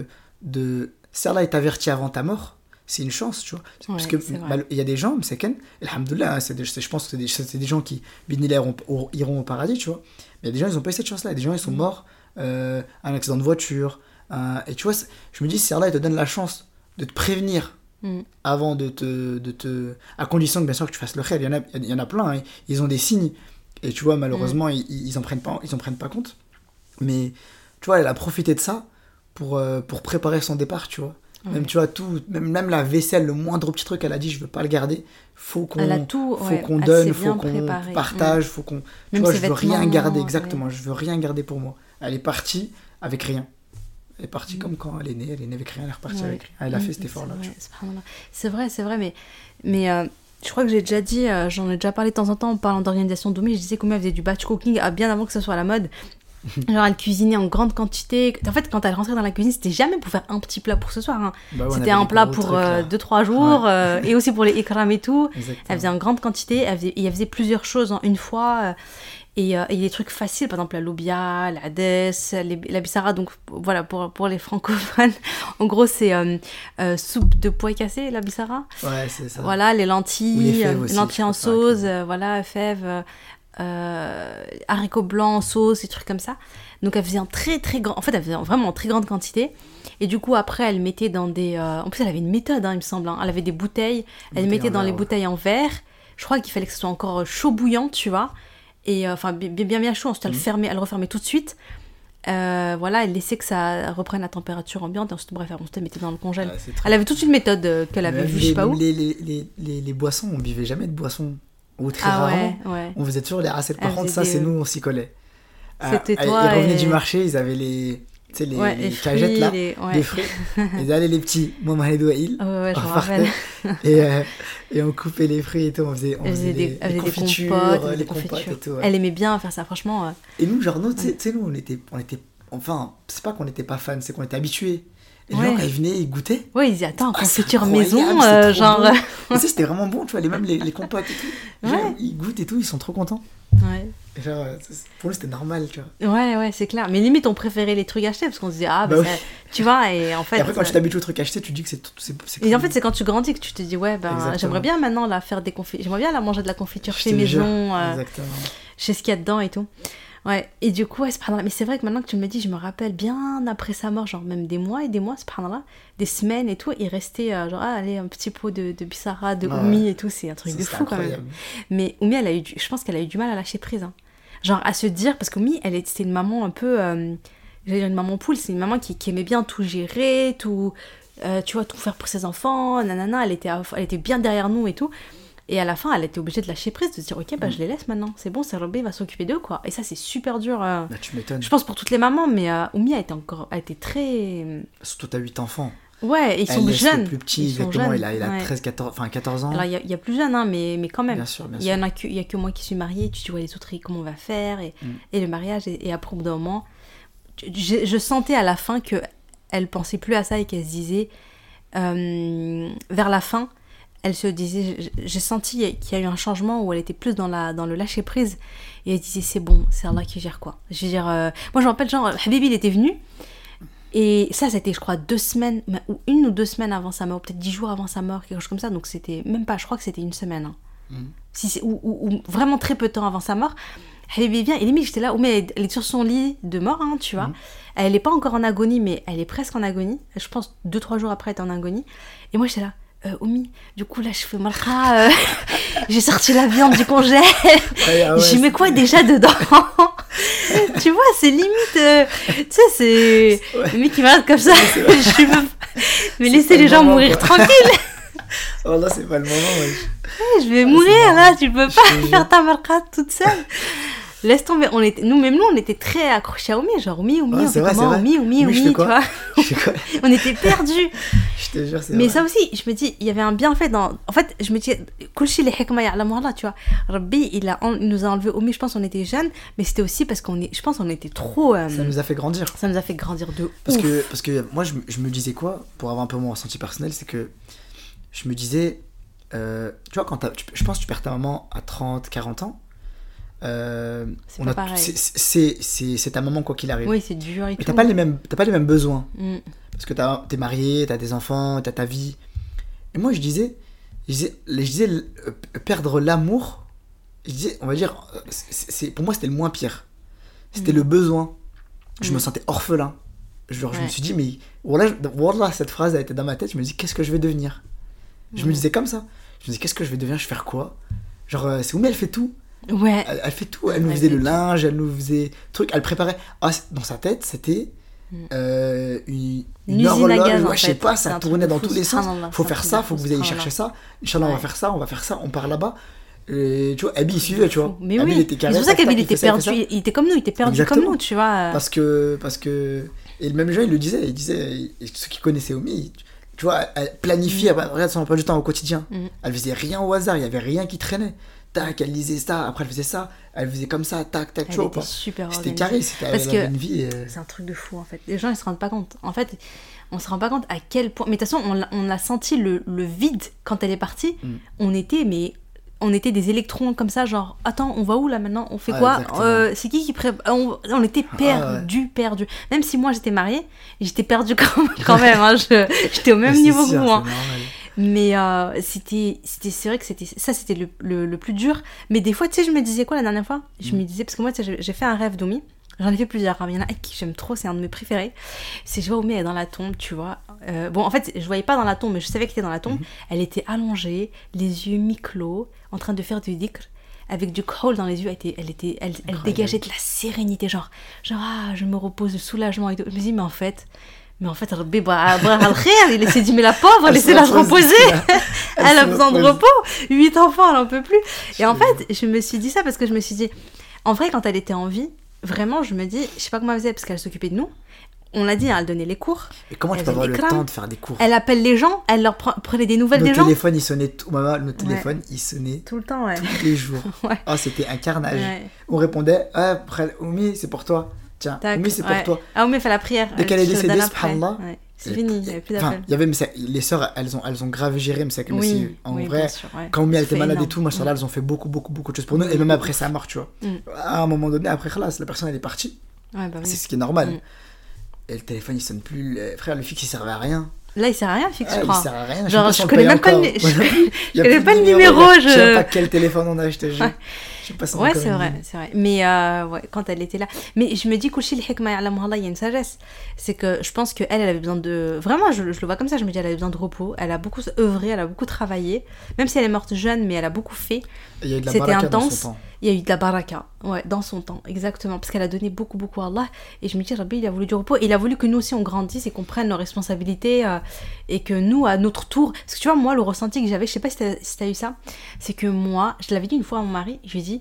si Allah est averti avant ta mort, c'est une chance, tu vois. Parce que il y a des gens, alhamdoulilah, je pense que c'est des gens qui iront au paradis, tu vois. Mais il y a des gens, ils n'ont pas eu cette chance-là. Il y a des gens, ils sont morts, un accident de voiture. Et tu vois, je me dis, si Allah il te donne la chance de te prévenir avant de te. À condition que, bien sûr, que tu fasses le khair. Il y en a plein, hein, ils ont des signes. Et tu vois, malheureusement, ils en prennent pas compte. Mais tu vois, elle a profité de ça pour préparer son départ, tu vois. Même, tu vois, tout, même la vaisselle, le moindre petit truc, elle a dit, je veux pas le garder. Faut qu'on donne, faut qu'on partage, faut qu'on... Tu vois, je veux rien garder, exactement. Je veux rien garder pour moi. Elle est partie avec rien. Elle est partie comme quand elle est née avec rien, elle est repartie avec rien. Elle a fait cet effort-là. C'est vrai, mais je crois que j'ai déjà dit, j'en ai déjà parlé de temps en temps en parlant d'organisation d'Oumi, je disais qu'Oumi elle faisait du batch cooking bien avant que ça soit à la mode. Genre elle cuisinait en grande quantité. En fait, quand elle rentrait dans la cuisine, c'était jamais pour faire un petit plat pour ce soir. Hein. C'était un plat pour 2-3 jours et aussi pour les ikram et tout. Exactement. Elle faisait en grande quantité. Elle faisait plusieurs choses en une fois. Et des trucs faciles, par exemple la loubia, la dess, la bissara. Donc voilà, pour les francophones, en gros c'est soupe de pois cassés, la bissara. Ouais, c'est ça. Voilà, les lentilles, lentilles en sauce, voilà, fèves. Haricots blancs en sauce, des trucs comme ça. Donc elle faisait elle faisait vraiment en très grande quantité. Et du coup après elle mettait dans des en plus elle avait une méthode, il me semble, elle avait des bouteilles, elle mettait dans les bouteilles en verre. Je crois qu'il fallait que ce soit encore chaud bouillant, tu vois, et enfin bien chaud. Ensuite elle le refermait tout de suite. Voilà, elle laissait que ça reprenne la température ambiante et ensuite bref elle mettait dans le congèle. Elle avait toute une méthode qu'elle avait vue je sais pas où. Les boissons, on buvait jamais de boissons. Ou très rarement, on faisait toujours les recettes. Par contre, ça, c'est nous, on s'y collait. C'était toi. Ils revenaient du marché, ils avaient les cagettes là, de fruits. Ils allaient les petits, moi, Mahédouaïl, je me rappelle. Et on coupait les fruits et tout, on faisait des confitures, les compotes et tout. Ouais. Elle aimait bien faire ça, franchement. Et nous, genre, tu sais, nous, on était. Enfin, c'est pas qu'on n'était pas fans, c'est qu'on était habitués. Et les gens, quand ils venaient, ils goûtaient. Ouais, ils disaient, attends, confiture maison, genre. Bon. Tu sais, c'était vraiment bon, tu vois, même les compotes et tout. Genre, ils goûtent et tout, ils sont trop contents. Ouais. Et genre, pour nous, c'était normal, tu vois. Ouais, c'est clair. Mais limite, on préférait les trucs achetés parce qu'on se disait, tu vois, et en fait. Et après, quand tu t'habitues aux trucs achetés, tu te dis que c'est cool. Et en fait, c'est quand tu grandis que tu te dis, j'aimerais bien maintenant faire des confitures. J'aimerais bien manger de la confiture chez maison. Chez ce qu'il y a dedans et tout. Ouais, et du coup, mais c'est vrai que maintenant que tu me le dis, je me rappelle bien après sa mort, genre même des mois et des mois, des semaines et tout, il restait allez, un petit pot de bissara, de Oumi et tout, c'est un truc de fou incroyable. Quand même. Mais Oumi, je pense qu'elle a eu du mal à lâcher prise. Hein. Genre à se dire, parce qu'Oumi, c'était une maman un peu, j'allais dire une maman poule, c'est une maman qui aimait bien tout gérer, tout, tu vois, tout faire pour ses enfants, nanana, elle était bien derrière nous et tout. Et à la fin, elle était obligée de lâcher prise, de se dire ok, je les laisse maintenant, c'est bon, c'est Robé, il va s'occuper d'eux, quoi. Et ça, c'est super dur. Tu m'étonnes. Je pense pour toutes les mamans, mais Oumi a été très. Surtout, t'as 8 enfants. Ouais, et ils sont jeunes. Le plus petit, exactement, il a 14 ans. Alors, il y a plus jeunes, hein, mais quand même. Bien sûr. Il y a que moi qui suis mariée, tu vois les autres, comment on va faire, et le mariage, et après, au bout d'un moment, je sentais à la fin qu'elle pensait plus à ça et qu'elle se disait, vers la fin, elle se disait, j'ai senti qu'il y a eu un changement où elle était plus dans le lâcher prise et elle disait c'est bon, c'est Allah qui gère quoi. Je veux dire, moi je me rappelle Habibi il était venu et ça c'était je crois 2 semaines ou 1 ou 2 semaines avant sa mort, peut-être 10 jours avant sa mort, quelque chose comme ça, donc c'était même pas, je crois que c'était 1 semaine. Hein. Ou vraiment très peu de temps avant sa mort. Habibi vient et limite j'étais là, mais elle est sur son lit de mort, hein, tu vois. Elle est pas encore en agonie mais elle est presque en agonie. Je pense 2-3 jours après elle est en agonie et moi j'étais là. Oumi, du coup là je fais malkha, j'ai sorti la viande du congèle, j'y mets quoi déjà dedans? Tu vois, c'est limite, tu sais, c'est le mec qui m'arrête comme ça, je veux mais laisser les gens mourir tranquilles. Oh là, c'est pas le moment, ouais. Je vais mourir là, tu peux pas faire ta malkha toute seule. Laisse tomber, on était très accrochés à Oumi, genre Oumi, on fait comment, Oumi, tu vois. On était perdus. Je te jure, c'est mais vrai. ça aussi, je me dis, il y avait un bienfait dans... En fait, je me dis, kulchi li hikma ya'lamu Allah, tu vois. Rabbi, il nous a enlevé Oumi, je pense qu'on était jeunes, mais c'était aussi parce qu'on était trop... Ça nous a fait grandir. Ça nous a fait grandir de parce ouf. Parce que moi, je me disais quoi, pour avoir un peu mon ressenti personnel, c'est que je me disais, tu vois, je pense que tu perds ta maman à 30, 40 ans, c'est pas pareil. C'est ta maman quoi qu'il arrive. Oui, c'est dur et mais tout. t'as pas les mêmes besoins. Parce que t'es marié, t'as des enfants, t'as ta vie. Et moi je disais perdre l'amour, on va dire, pour moi c'était le moins pire. C'était le besoin. Je me sentais orphelin. Je me suis dit, mais voilà, cette phrase a été dans ma tête. Je me dis, qu'est-ce que je vais devenir? Je me disais comme ça. Je me disais, qu'est-ce que je vais devenir? Je vais faire quoi? Genre, c'est Oumi, elle fait tout. Ouais. Elle fait tout. Elle nous Elle faisait fait le tout. linge, elle nous faisait truc. Elle préparait. Ah, dans sa tête, c'était une usine à horloge. gaz, en Ouais, je sais fait. pas, C'est ça un truc tournait de dans fou, tous les sens. subhanallah, Faut c'est un faire truc ça, de faut que fou, vous ayez subhanallah. chercher ça. Inch'Allah, on va Ouais. faire ça, on va faire ça. On part là-bas. Et, tu vois, Abby, il suivait, tu vois. Mais Abby, oui, il était carré. c'est pour ça tac, tac, qu'Abil il était fait ça, il fait perdu, ça. il était comme nous, il était perdu Exactement. comme nous, tu vois. Parce que. Et le même jour, il le disait. Il disait. Et ceux qui connaissaient Omi, tu vois, elle planifiait. Regarde son emploi du temps au quotidien. Elle faisait rien au hasard. Il y avait rien qui traînait. Tac, elle lisait ça. Après, elle faisait ça. Elle faisait comme ça. Tac, tac, tu Elle vois. était Pas. super C'était organisée. carré. C'était Parce elle que avait une vie. c'est un truc de fou, en fait. Les gens, ils se rendent pas compte. En fait, on se rend pas compte à quel point... Mais de toute façon, on a senti le vide quand elle est partie. On était des électrons comme ça, genre, attends, on va où là maintenant? On fait Ouais, quoi? exactement. C'est qui prépare? On était perdus. Même si moi j'étais mariée, j'étais perdue quand même. Hein, j'étais au même Mais c'est niveau que sûr, vous. c'est Hein. normal. Mais c'est vrai que c'était le plus dur. Mais des fois, tu sais, je me disais quoi la dernière fois? Je me disais, parce que moi, tu sais, j'ai fait un rêve d'Omi. J'en ai fait plusieurs. Il y en a un qui j'aime trop, c'est un de mes préférés. C'est je vois Omi, elle est dans la tombe, tu vois. Bon, en fait, je voyais pas dans la tombe, mais je savais qu'elle était dans la tombe. Elle était allongée, les yeux mi-clos, en train de faire du dhikr, avec du kohl dans les yeux. Elle dégageait de la sérénité, genre, ah, je me repose, de soulagement et tout. Je me dis, mais en fait, Rabbi, il s'est dit, mais la pauvre, laissez-la se reposer. Elle a besoin de repos. 8 enfants, elle en peut plus. Et en fait, je me suis dit ça parce que je me suis dit, en vrai, quand elle était en vie, vraiment, je me dis, je sais pas comment elle faisait parce qu'elle s'occupait de nous. On l'a dit, hein, elle donnait les cours. Et comment tu Elle peux avoir faisait le des crams. temps de faire des cours? Elle appelle les gens, elle leur prenait des nouvelles Nos des gens. téléphones, ils sonnaient tout. Maman, nos téléphones, ils sonnaient Tout le temps, ouais. tous les jours. Ouais. Oh, c'était un carnage. Ouais. On répondait, après, Oumi, c'est pour toi. Tiens, Tac, Oumi, c'est pour ouais. toi. Ah, Oumi fait la prière. Dès qu'elle est te le décédée, donne après. subhanallah. Ouais. C'est fini, il n'y avait plus Enfin, d'appel. il y avait, mais les sœurs, elles ont grave géré, mais c'est comme si, en oui, vrai, bien sûr, ouais. quand Oumi, elle Ça était fait malade énorme. et tout, machallah, elles ont fait beaucoup de choses pour nous. Et même après sa mort, tu vois. À un moment donné, après, khalas, la personne, elle est partie. Ouais, bah oui. C'est ce qui est normal. Et le téléphone, il sonne plus. Frère, le fixe, il servait à rien. Là, il sert à rien, fixe, je Il crois. sert à rien. Genre, sais je pas si on connais paye même pas encore. le- Je connais pas le numéro, Je sais pas quel téléphone on a, je te jure. Je sais pas si on a Ouais, encore c'est une vrai, ligne. c'est vrai. Mais ouais, quand elle était là. Mais je me dis qu'Ouchi, il y a une sagesse. C'est que je pense qu'elle avait besoin de. Vraiment, je le vois comme ça, je me dis, elle avait besoin de repos. Elle a beaucoup œuvré, elle a beaucoup travaillé. Même si elle est morte jeune, mais elle a beaucoup fait. Il y a eu de la C'était baraka dans intense. son temps. Il y a eu de la baraka, ouais, dans son temps, exactement. Parce qu'elle a donné beaucoup à Allah. Et je me dis, Rabbi, il a voulu du repos. Et il a voulu que nous aussi, on grandisse et qu'on prenne nos responsabilités. Et que nous, à notre tour. Parce que tu vois, moi, le ressenti que j'avais, je sais pas si t'as eu ça, c'est que moi, je l'avais dit une fois à mon mari, je lui ai dit.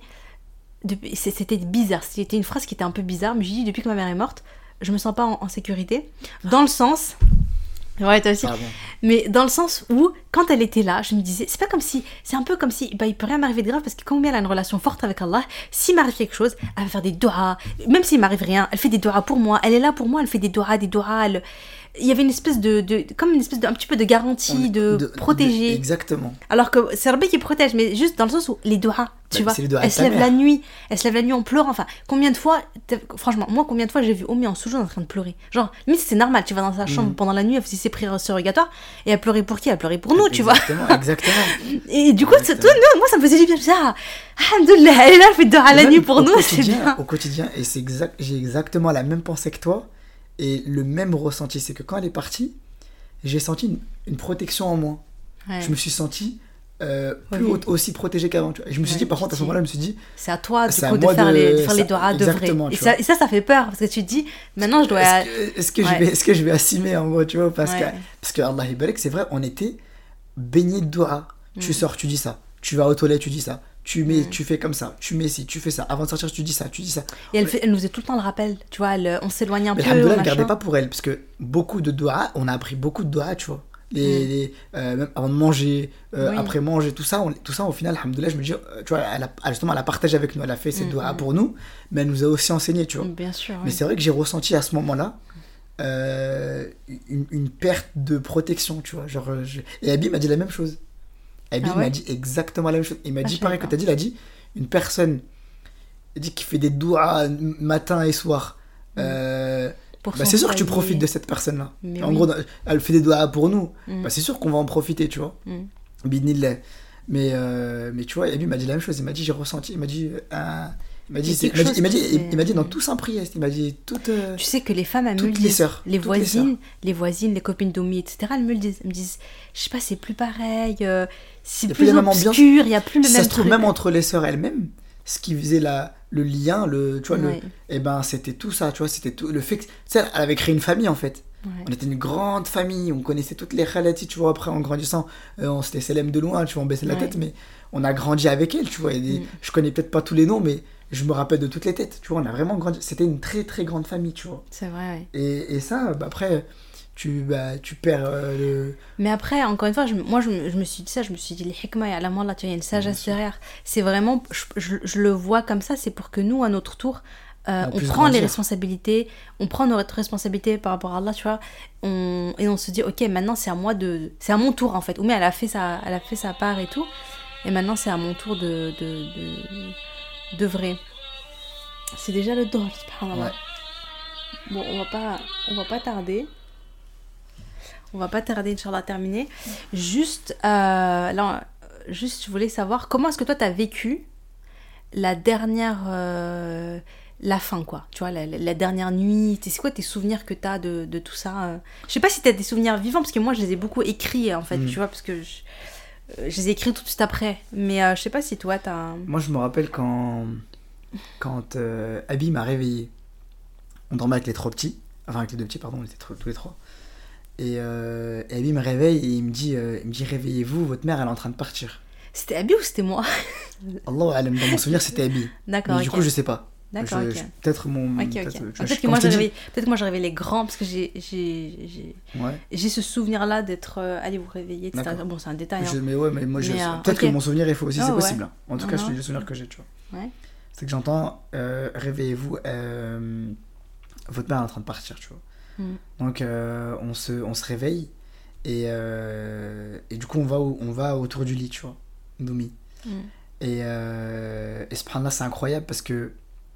C'était bizarre, c'était une phrase qui était un peu bizarre, mais j'ai dit depuis que ma mère est morte, je me sens pas en sécurité, dans le sens, ouais toi aussi, Pardon. mais dans le sens où quand elle était là, je me disais, c'est un peu comme si, bah il peut rien m'arriver de grave parce que quand elle a une relation forte avec Allah, s'il m'arrive quelque chose, elle va faire des doigts, même s'il m'arrive rien, elle fait des doigts pour moi, elle est là pour moi, elle fait des doigts, il y avait une espèce comme une espèce de un petit peu de garantie, de protéger. Exactement. Alors que c'est Rabbi qui protège, mais juste dans le sens où les doigts, tu vois, c'est les doigts elle de se ta lève mère. elle se lève la nuit en pleurant. Enfin, combien de fois j'ai vu Omi en sous-jour en train de pleurer. Genre, limite c'est normal, tu vas dans sa chambre pendant la nuit, elle faisait ses prières surrogatoires et elle pleurait pour qui? Elle pleurait pour nous, tu vois. Exactement. Et du coup, moi ça me faisait du bien. Je me disais, alhamdoulilah, elle est là, elle fait doha la nuit pour nous, c'est bien. Au quotidien, et j'ai exactement la même pensée que toi et le même ressenti. C'est que quand elle est partie, j'ai senti une protection en moi. Ouais. Je me suis senti aussi protégé qu'avant. Tu vois. Et je me suis dit, par contre, à ce moment-là, je me suis dit, c'est à toi du c'est à coup de moi faire de- les ça- doigts de vrai. exactement, Et tu vois. ça fait peur parce que tu te dis, maintenant je dois. est-ce que je vais assumer en gros, tu vois, parce Ouais. que Allah Ibarak, c'est vrai, on était baignés de doigts. Tu sors, tu dis ça. Tu vas aux toilettes, tu dis ça. Tu fais comme ça. Tu mets ci, tu fais ça. Avant de sortir, tu dis ça, tu dis ça. Et elle nous faisait tout le temps le rappel, tu vois, on s'éloignait un Mais peu. alhamdoulilah, elle ne machin. gardait pas pour elle, parce que beaucoup de doigts, on a appris beaucoup de doigts, tu vois. Même avant de manger, Oui. après manger, tout ça, au final, alhamdoulilah, je me dis, tu vois, justement, elle a partagé avec nous, elle a fait ses doigts pour nous, mais elle nous a aussi enseigné, tu vois. Bien sûr. Mais Oui. c'est vrai que j'ai ressenti à ce moment-là une perte de protection, tu vois. Genre, Et Abby m'a dit la même chose. Abby Ah ouais m'a dit exactement la même chose. Il m'a dit je pareil savais que pas. tu as dit, il a dit, une personne qui fait des doigts matin et soir. Pour Bah son c'est sûr que tu foyer. profites de cette personne-là. Mais En oui. gros, elle fait des doigts pour nous. Bah c'est sûr qu'on va en profiter, tu vois. Bidnillah. Mais tu vois, Abby m'a dit la même chose. Il m'a dit, j'ai ressenti. Il m'a dit, Il y a quelque chose il m'a dit, qui s'est- il m'a dit dans tout Saint-Priest. Il m'a dit toutes. Tu sais que les femmes, elles me le toutes les disent. sœurs, Les toutes les voisines, les copines d'Omi, etc., elles me le disent. Elles me disent, je sais pas, c'est plus pareil, c'est Y a plus plus la même obscur, ambiance. il y a plus le Si même ça se trouve, truc. même entre les sœurs elles-mêmes, ce qui faisait le lien, tu vois, Ouais. et ben c'était tout ça, tu vois, c'était tout le fait que, tu sais, elle avait créé une famille en fait. Ouais. On était une grande famille, on connaissait toutes les khalati, tu vois, après en grandissant, on s'était célèbre de loin, tu vois, on baissait la Ouais. tête, mais on a grandi avec elle, tu vois, je connais peut-être pas tous les noms, mais je me rappelle de toutes les têtes, tu vois, on a vraiment grandi, c'était une très très grande famille, tu vois. C'est vrai, ouais. Et ça, après, tu perds le... Mais après, encore une fois, je me suis dit ça, je me suis dit, les hikmah, et à la là, tu vois, il y a une sagesse derrière. C'est vraiment, je le vois comme ça, c'est pour que nous, à notre tour, on puisse prend les grandir. responsabilités, on prend notre responsabilité par rapport à Allah, tu vois, et on se dit, ok, maintenant c'est à mon tour en fait. Oumé, elle a fait sa part et tout, et maintenant c'est à mon tour de vrai. C'est déjà le dohr, subhanallah. Ouais. Bon, on va pas tarder. On va pas tarder, Inch'Allah, à terminer. Juste, je voulais savoir, comment est-ce que toi, t'as vécu la dernière... la fin, quoi. Tu vois, la dernière nuit. C'est quoi tes souvenirs que t'as de tout ça Je sais pas si t'as des souvenirs vivants, parce que moi, je les ai beaucoup écrits, en fait, tu vois, parce que je les ai écrits tout de suite après. Mais je sais pas si toi, t'as... Moi, je me rappelle quand Abby m'a réveillé. On dormait avec les trois petits, enfin avec les deux petits, pardon, on était tous les trois. Et Abby me réveille et il me dit réveillez-vous, votre mère elle est en train de partir. C'était Abby ou c'était moi? Allahu alam, dans mon souvenir c'était Abby. D'accord, Mais du coup je sais pas. D'accord, ok. Peut-être mon... Ok, peut-être, ok. tu vois, Peut-être que comme moi je t'ai dit- peut-être que moi j'arrivais les grands parce que j'ai Ouais. ce souvenir là d'être allez vous réveiller, etc. D'accord. Bon, c'est un détail, hein. Mais ouais, mais moi Mais, peut-être ok. que mon souvenir est faux aussi, Ah, c'est ouais. possible. Hein. En tout cas, je te Non. dis le souvenir que j'ai, tu vois. Ouais. C'est que j'entends réveillez-vous, votre mère est en train de partir, tu vois. Donc on se réveille et du coup on va autour du lit, tu vois, Noumi. Et subhanallah, c'est incroyable parce que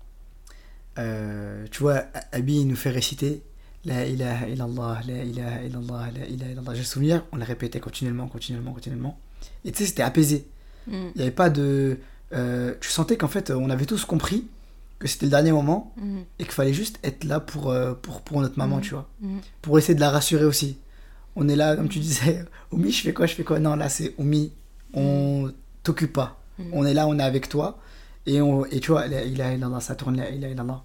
tu vois, Abi il nous fait réciter La ilaha illallah, la ilaha illallah, la ilaha illallah. J'ai le souvenir, on le répétait continuellement. Et tu sais, c'était apaisé. Il n'y avait pas de... tu sentais qu'en fait, on avait tous compris que c'était le dernier moment et qu'il fallait juste être là pour notre maman, tu vois. Pour essayer de la rassurer aussi. On est là, comme tu disais, Oumi, je fais quoi? Non, là, c'est Oumi, on t'occupe pas. On est là, on est avec toi. Et tu vois, la ilaha illallah, ça tourne, la ilaha illallah.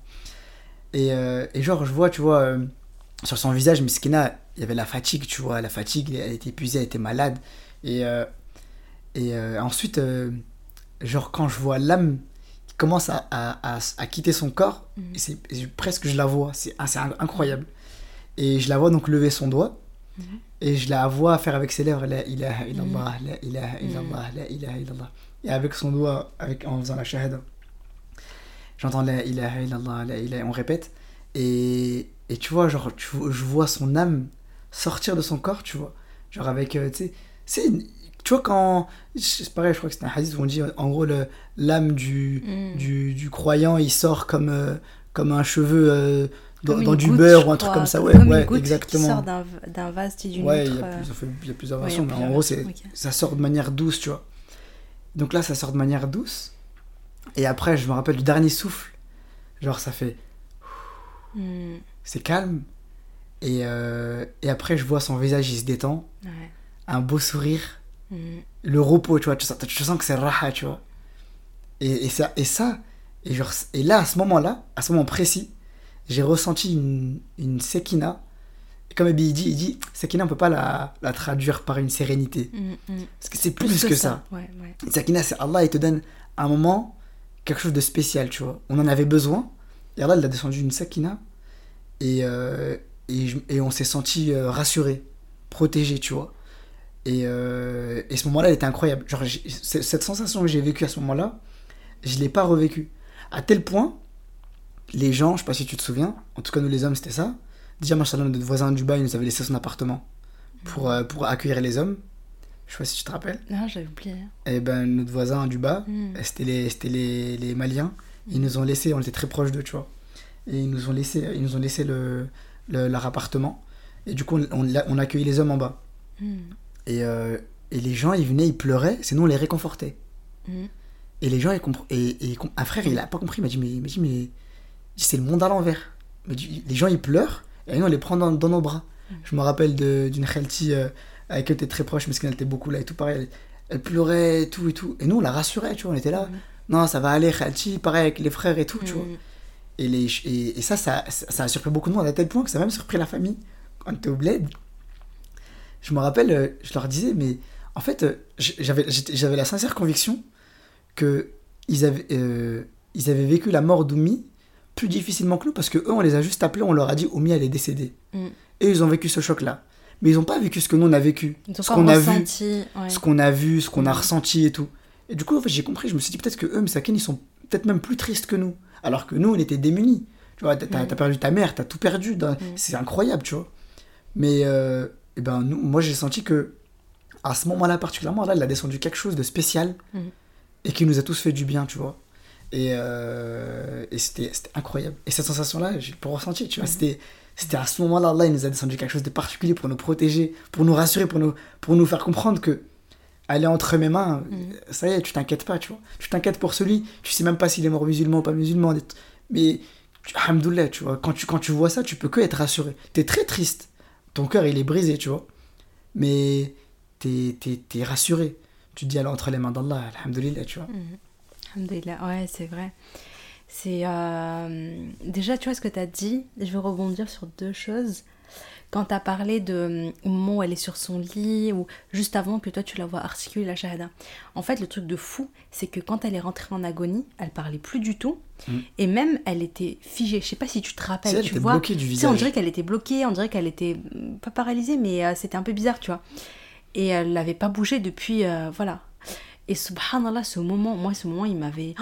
Et genre, je vois, tu vois, sur son visage, Miskina, il y avait la fatigue, tu vois. La fatigue, elle était épuisée, elle était malade. Et ensuite, genre, quand je vois l'âme qui commence à quitter son corps, presque je la vois, c'est incroyable. Et je la vois donc lever son doigt, et je la vois faire avec ses lèvres la ilaha illallah, la ilaha illallah, la ilaha illallah. Et avec son doigt, en faisant la shahada, j'entends la ilaha illallah, la ilaha, on répète. Et tu vois, genre, je vois son âme sortir de son corps, tu vois. Genre avec, tu sais, tu vois, quand. C'est pareil, je crois que c'est un hadith où on dit, en gros, l'âme du croyant, il sort comme un cheveu dans du goutte, beurre ou un truc comme ça. Ouais, comme ouais, une goutte exactement. qui sort d'un vase, d'une ouais, autre. Il y a plusieurs Ouais, versions, mais en gros, ça sort de manière douce, tu vois. Donc là, ça sort de manière douce. Et après, je me rappelle du dernier souffle. Genre, ça fait. C'est calme. Et après, je vois son visage, il se détend. Ouais. Un beau sourire. Le repos, tu vois. Tu sens que c'est raha, tu vois. Et là, à ce moment-là, à ce moment précis, j'ai ressenti une sekina. Et comme il dit, sekina, on peut pas la traduire par une sérénité. Parce que c'est plus que ça. Ouais, ouais. Sekina, c'est Allah, il te donne un moment, quelque chose de spécial, tu vois. On en avait besoin. Et Allah, il a descendu une sekina. Et on s'est senti rassuré, protégé, tu vois. Et ce moment-là, il était incroyable. Genre, cette sensation que j'ai vécue à ce moment-là, je l'ai pas revécue. À tel point, les gens, je sais pas si tu te souviens, en tout cas nous les hommes, c'était ça. Déjà, machallah, notre voisin de Dubaï nous avait laissé son appartement pour accueillir les hommes. Je sais pas si tu te rappelles. Non, j'avais oublié. Et ben, notre voisin du bas, c'était les Maliens. Ils nous ont laissé, on était très proches d'eux, tu vois. Et ils nous ont laissé leur appartement. Et du coup, on a accueilli les hommes en bas. Et les gens, ils venaient, ils pleuraient, sinon on les réconfortait. Et les gens, un frère, il a pas compris, il m'a dit, mais c'est le monde à l'envers. Les gens, ils pleurent, et nous, on les prend dans nos bras. Je me rappelle d'une khalti avec laquelle t'es très proche, mais qu'elle était beaucoup là et tout, pareil. Elle pleurait, et tout. Et nous, on la rassurait, tu vois, on était là. non, ça va aller, Khalti, pareil avec les frères et tout, tu vois. Et ça a surpris beaucoup de monde, à tel point que ça a même surpris la famille. Quand on était au bled, je me rappelle, je leur disais, mais en fait, j'avais la sincère conviction qu'ils avaient vécu la mort d'Oumi plus difficilement que nous, parce qu'eux, on les a juste appelés, on leur a dit Oumi, elle est décédée. Et ils ont vécu ce choc-là. Mais ils n'ont pas vécu ce que nous, on a vécu. Ce qu'on a vu, ce qu'on a vu, ce qu'on a ressenti et tout. Et du coup, en fait, j'ai compris, je me suis dit peut-être que eux, Msaken, ils sont peut-être même plus tristes que nous. Alors que nous, on était démunis. Tu vois, t'as perdu ta mère, t'as tout perdu. C'est incroyable, tu vois. Mais moi, j'ai senti que à ce moment-là, particulièrement, là, il a descendu quelque chose de spécial et qui nous a tous fait du bien, tu vois. Et c'était incroyable. Et cette sensation-là, j'ai pas ressenti, tu vois. C'était à ce moment-là, Allah, il nous a descendu quelque chose de particulier pour nous protéger, pour nous rassurer, pour nous faire comprendre que elle est entre mes mains, ça y est, tu t'inquiètes pas, tu vois. Tu t'inquiètes pour celui, tu sais même pas s'il est mort musulman ou pas musulman, mais alhamdoulilah, tu vois, quand tu vois ça, tu peux que être rassuré. T'es très triste, ton cœur il est brisé, tu vois, mais t'es rassuré. Tu te dis, elle est entre les mains d'Allah, alhamdoulilah, tu vois. Alhamdoulilah, ouais, c'est vrai. C'est déjà, tu vois ce que t'as dit, je veux rebondir sur deux choses. Quand t'as parlé de au moment où elle est sur son lit, ou juste avant que toi tu la vois articuler la shahada. En fait, le truc de fou, c'est que quand elle est rentrée en agonie, elle parlait plus du tout. Et même, elle était figée. Je sais pas si tu te rappelles, elle tu était vois. Bloquée du visage. On dirait qu'elle était bloquée, on dirait qu'elle était pas paralysée, mais c'était un peu bizarre, tu vois. Et elle n'avait pas bougé depuis, voilà. Et subhanallah, ce moment, il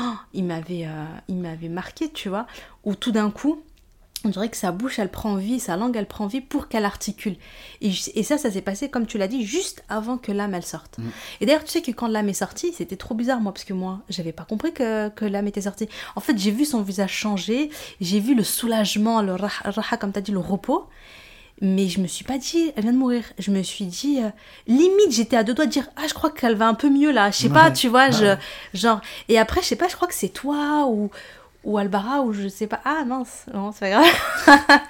m'avait marqué, tu vois, où tout d'un coup, on dirait que sa bouche, elle prend vie, sa langue, elle prend vie pour qu'elle articule. Et ça s'est passé, comme tu l'as dit, juste avant que l'âme, elle sorte. Et d'ailleurs, tu sais que quand l'âme est sortie, c'était trop bizarre, moi, parce que moi, j'avais pas compris que l'âme était sortie. En fait, j'ai vu son visage changer, j'ai vu le soulagement, le raha, comme tu as dit, le repos. Mais je me suis pas dit, elle vient de mourir. Je me suis dit, limite, j'étais à deux doigts de dire, je crois qu'elle va un peu mieux là. Je sais pas, tu vois, genre. Et après, je sais pas, je crois que c'est toi ou Albara ou je sais pas. Ah mince, non, c'est pas grave.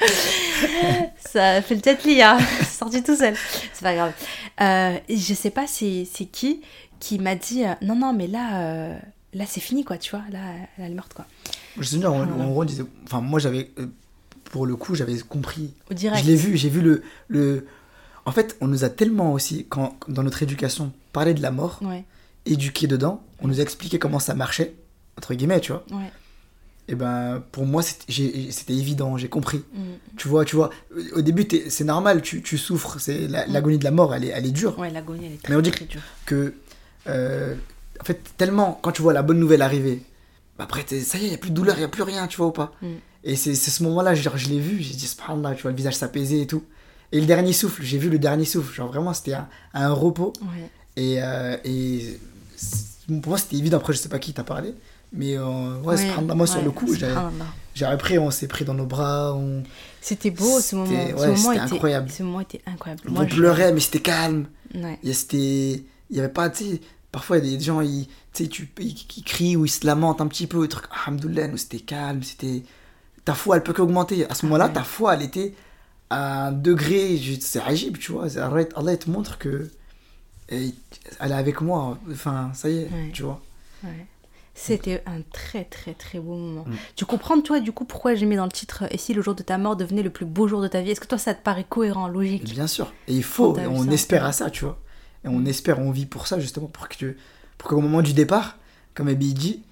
Ça fait le tête-lit, hein. C'est sorti tout seul. C'est pas grave. Je sais pas c'est qui m'a dit, non, mais là c'est fini quoi, tu vois. Là, elle est morte quoi. Je sais bien, en gros, moi j'avais. Pour le coup, j'avais compris. Au direct. Je l'ai vu, j'ai vu le... En fait, on nous a tellement aussi, dans notre éducation, parlé de la mort, éduqué dedans, on nous a expliqué comment ça marchait, entre guillemets, tu vois. Et ben, pour moi, c'était évident, j'ai compris. Tu vois, au début, c'est normal, tu souffres, l'agonie de la mort, elle est dure. Ouais, l'agonie, elle est Mais on dit très dure. Que, en fait, tellement, quand tu vois la bonne nouvelle arriver, après, ça y est, il n'y a plus de douleur, il n'y a plus rien, tu vois ou pas. Et c'est ce moment-là, genre, je l'ai vu, j'ai dit, subhanallah, tu vois, le visage s'apaiser et tout. Et le dernier souffle, j'ai vu le dernier souffle, genre vraiment, c'était un repos. Et pour moi, c'était évident, après, je sais pas qui t'a parlé, mais subhanallah, moi, sur le coup, j'ai appris, on s'est pris dans nos bras. C'était beau ce moment. C'était incroyable. Ce moment était incroyable. On pleurait, mais c'était calme. Ouais. Il y avait pas, tu sais, parfois, il y a des gens, ils crient ou ils se lamentent un petit peu, truc, alhamdoulilah, nous, c'était calme, c'était... Ta foi, elle peut qu'augmenter. À ce moment-là, ta foi, elle était à un degré, c'est agib, tu vois. Allah, il te montre que elle est avec moi. Enfin, ça y est, tu vois. C'était un très, très, très beau moment. Tu comprends, toi, du coup, pourquoi j'ai mis dans le titre « Et si le jour de ta mort devenait le plus beau jour de ta vie ?» Est-ce que toi, ça te paraît cohérent, logique ? Bien sûr. Et il faut, et on espère à ça, tu vois. Et on espère, on vit pour ça, justement, pour qu'au moment du départ, comme Abby dit,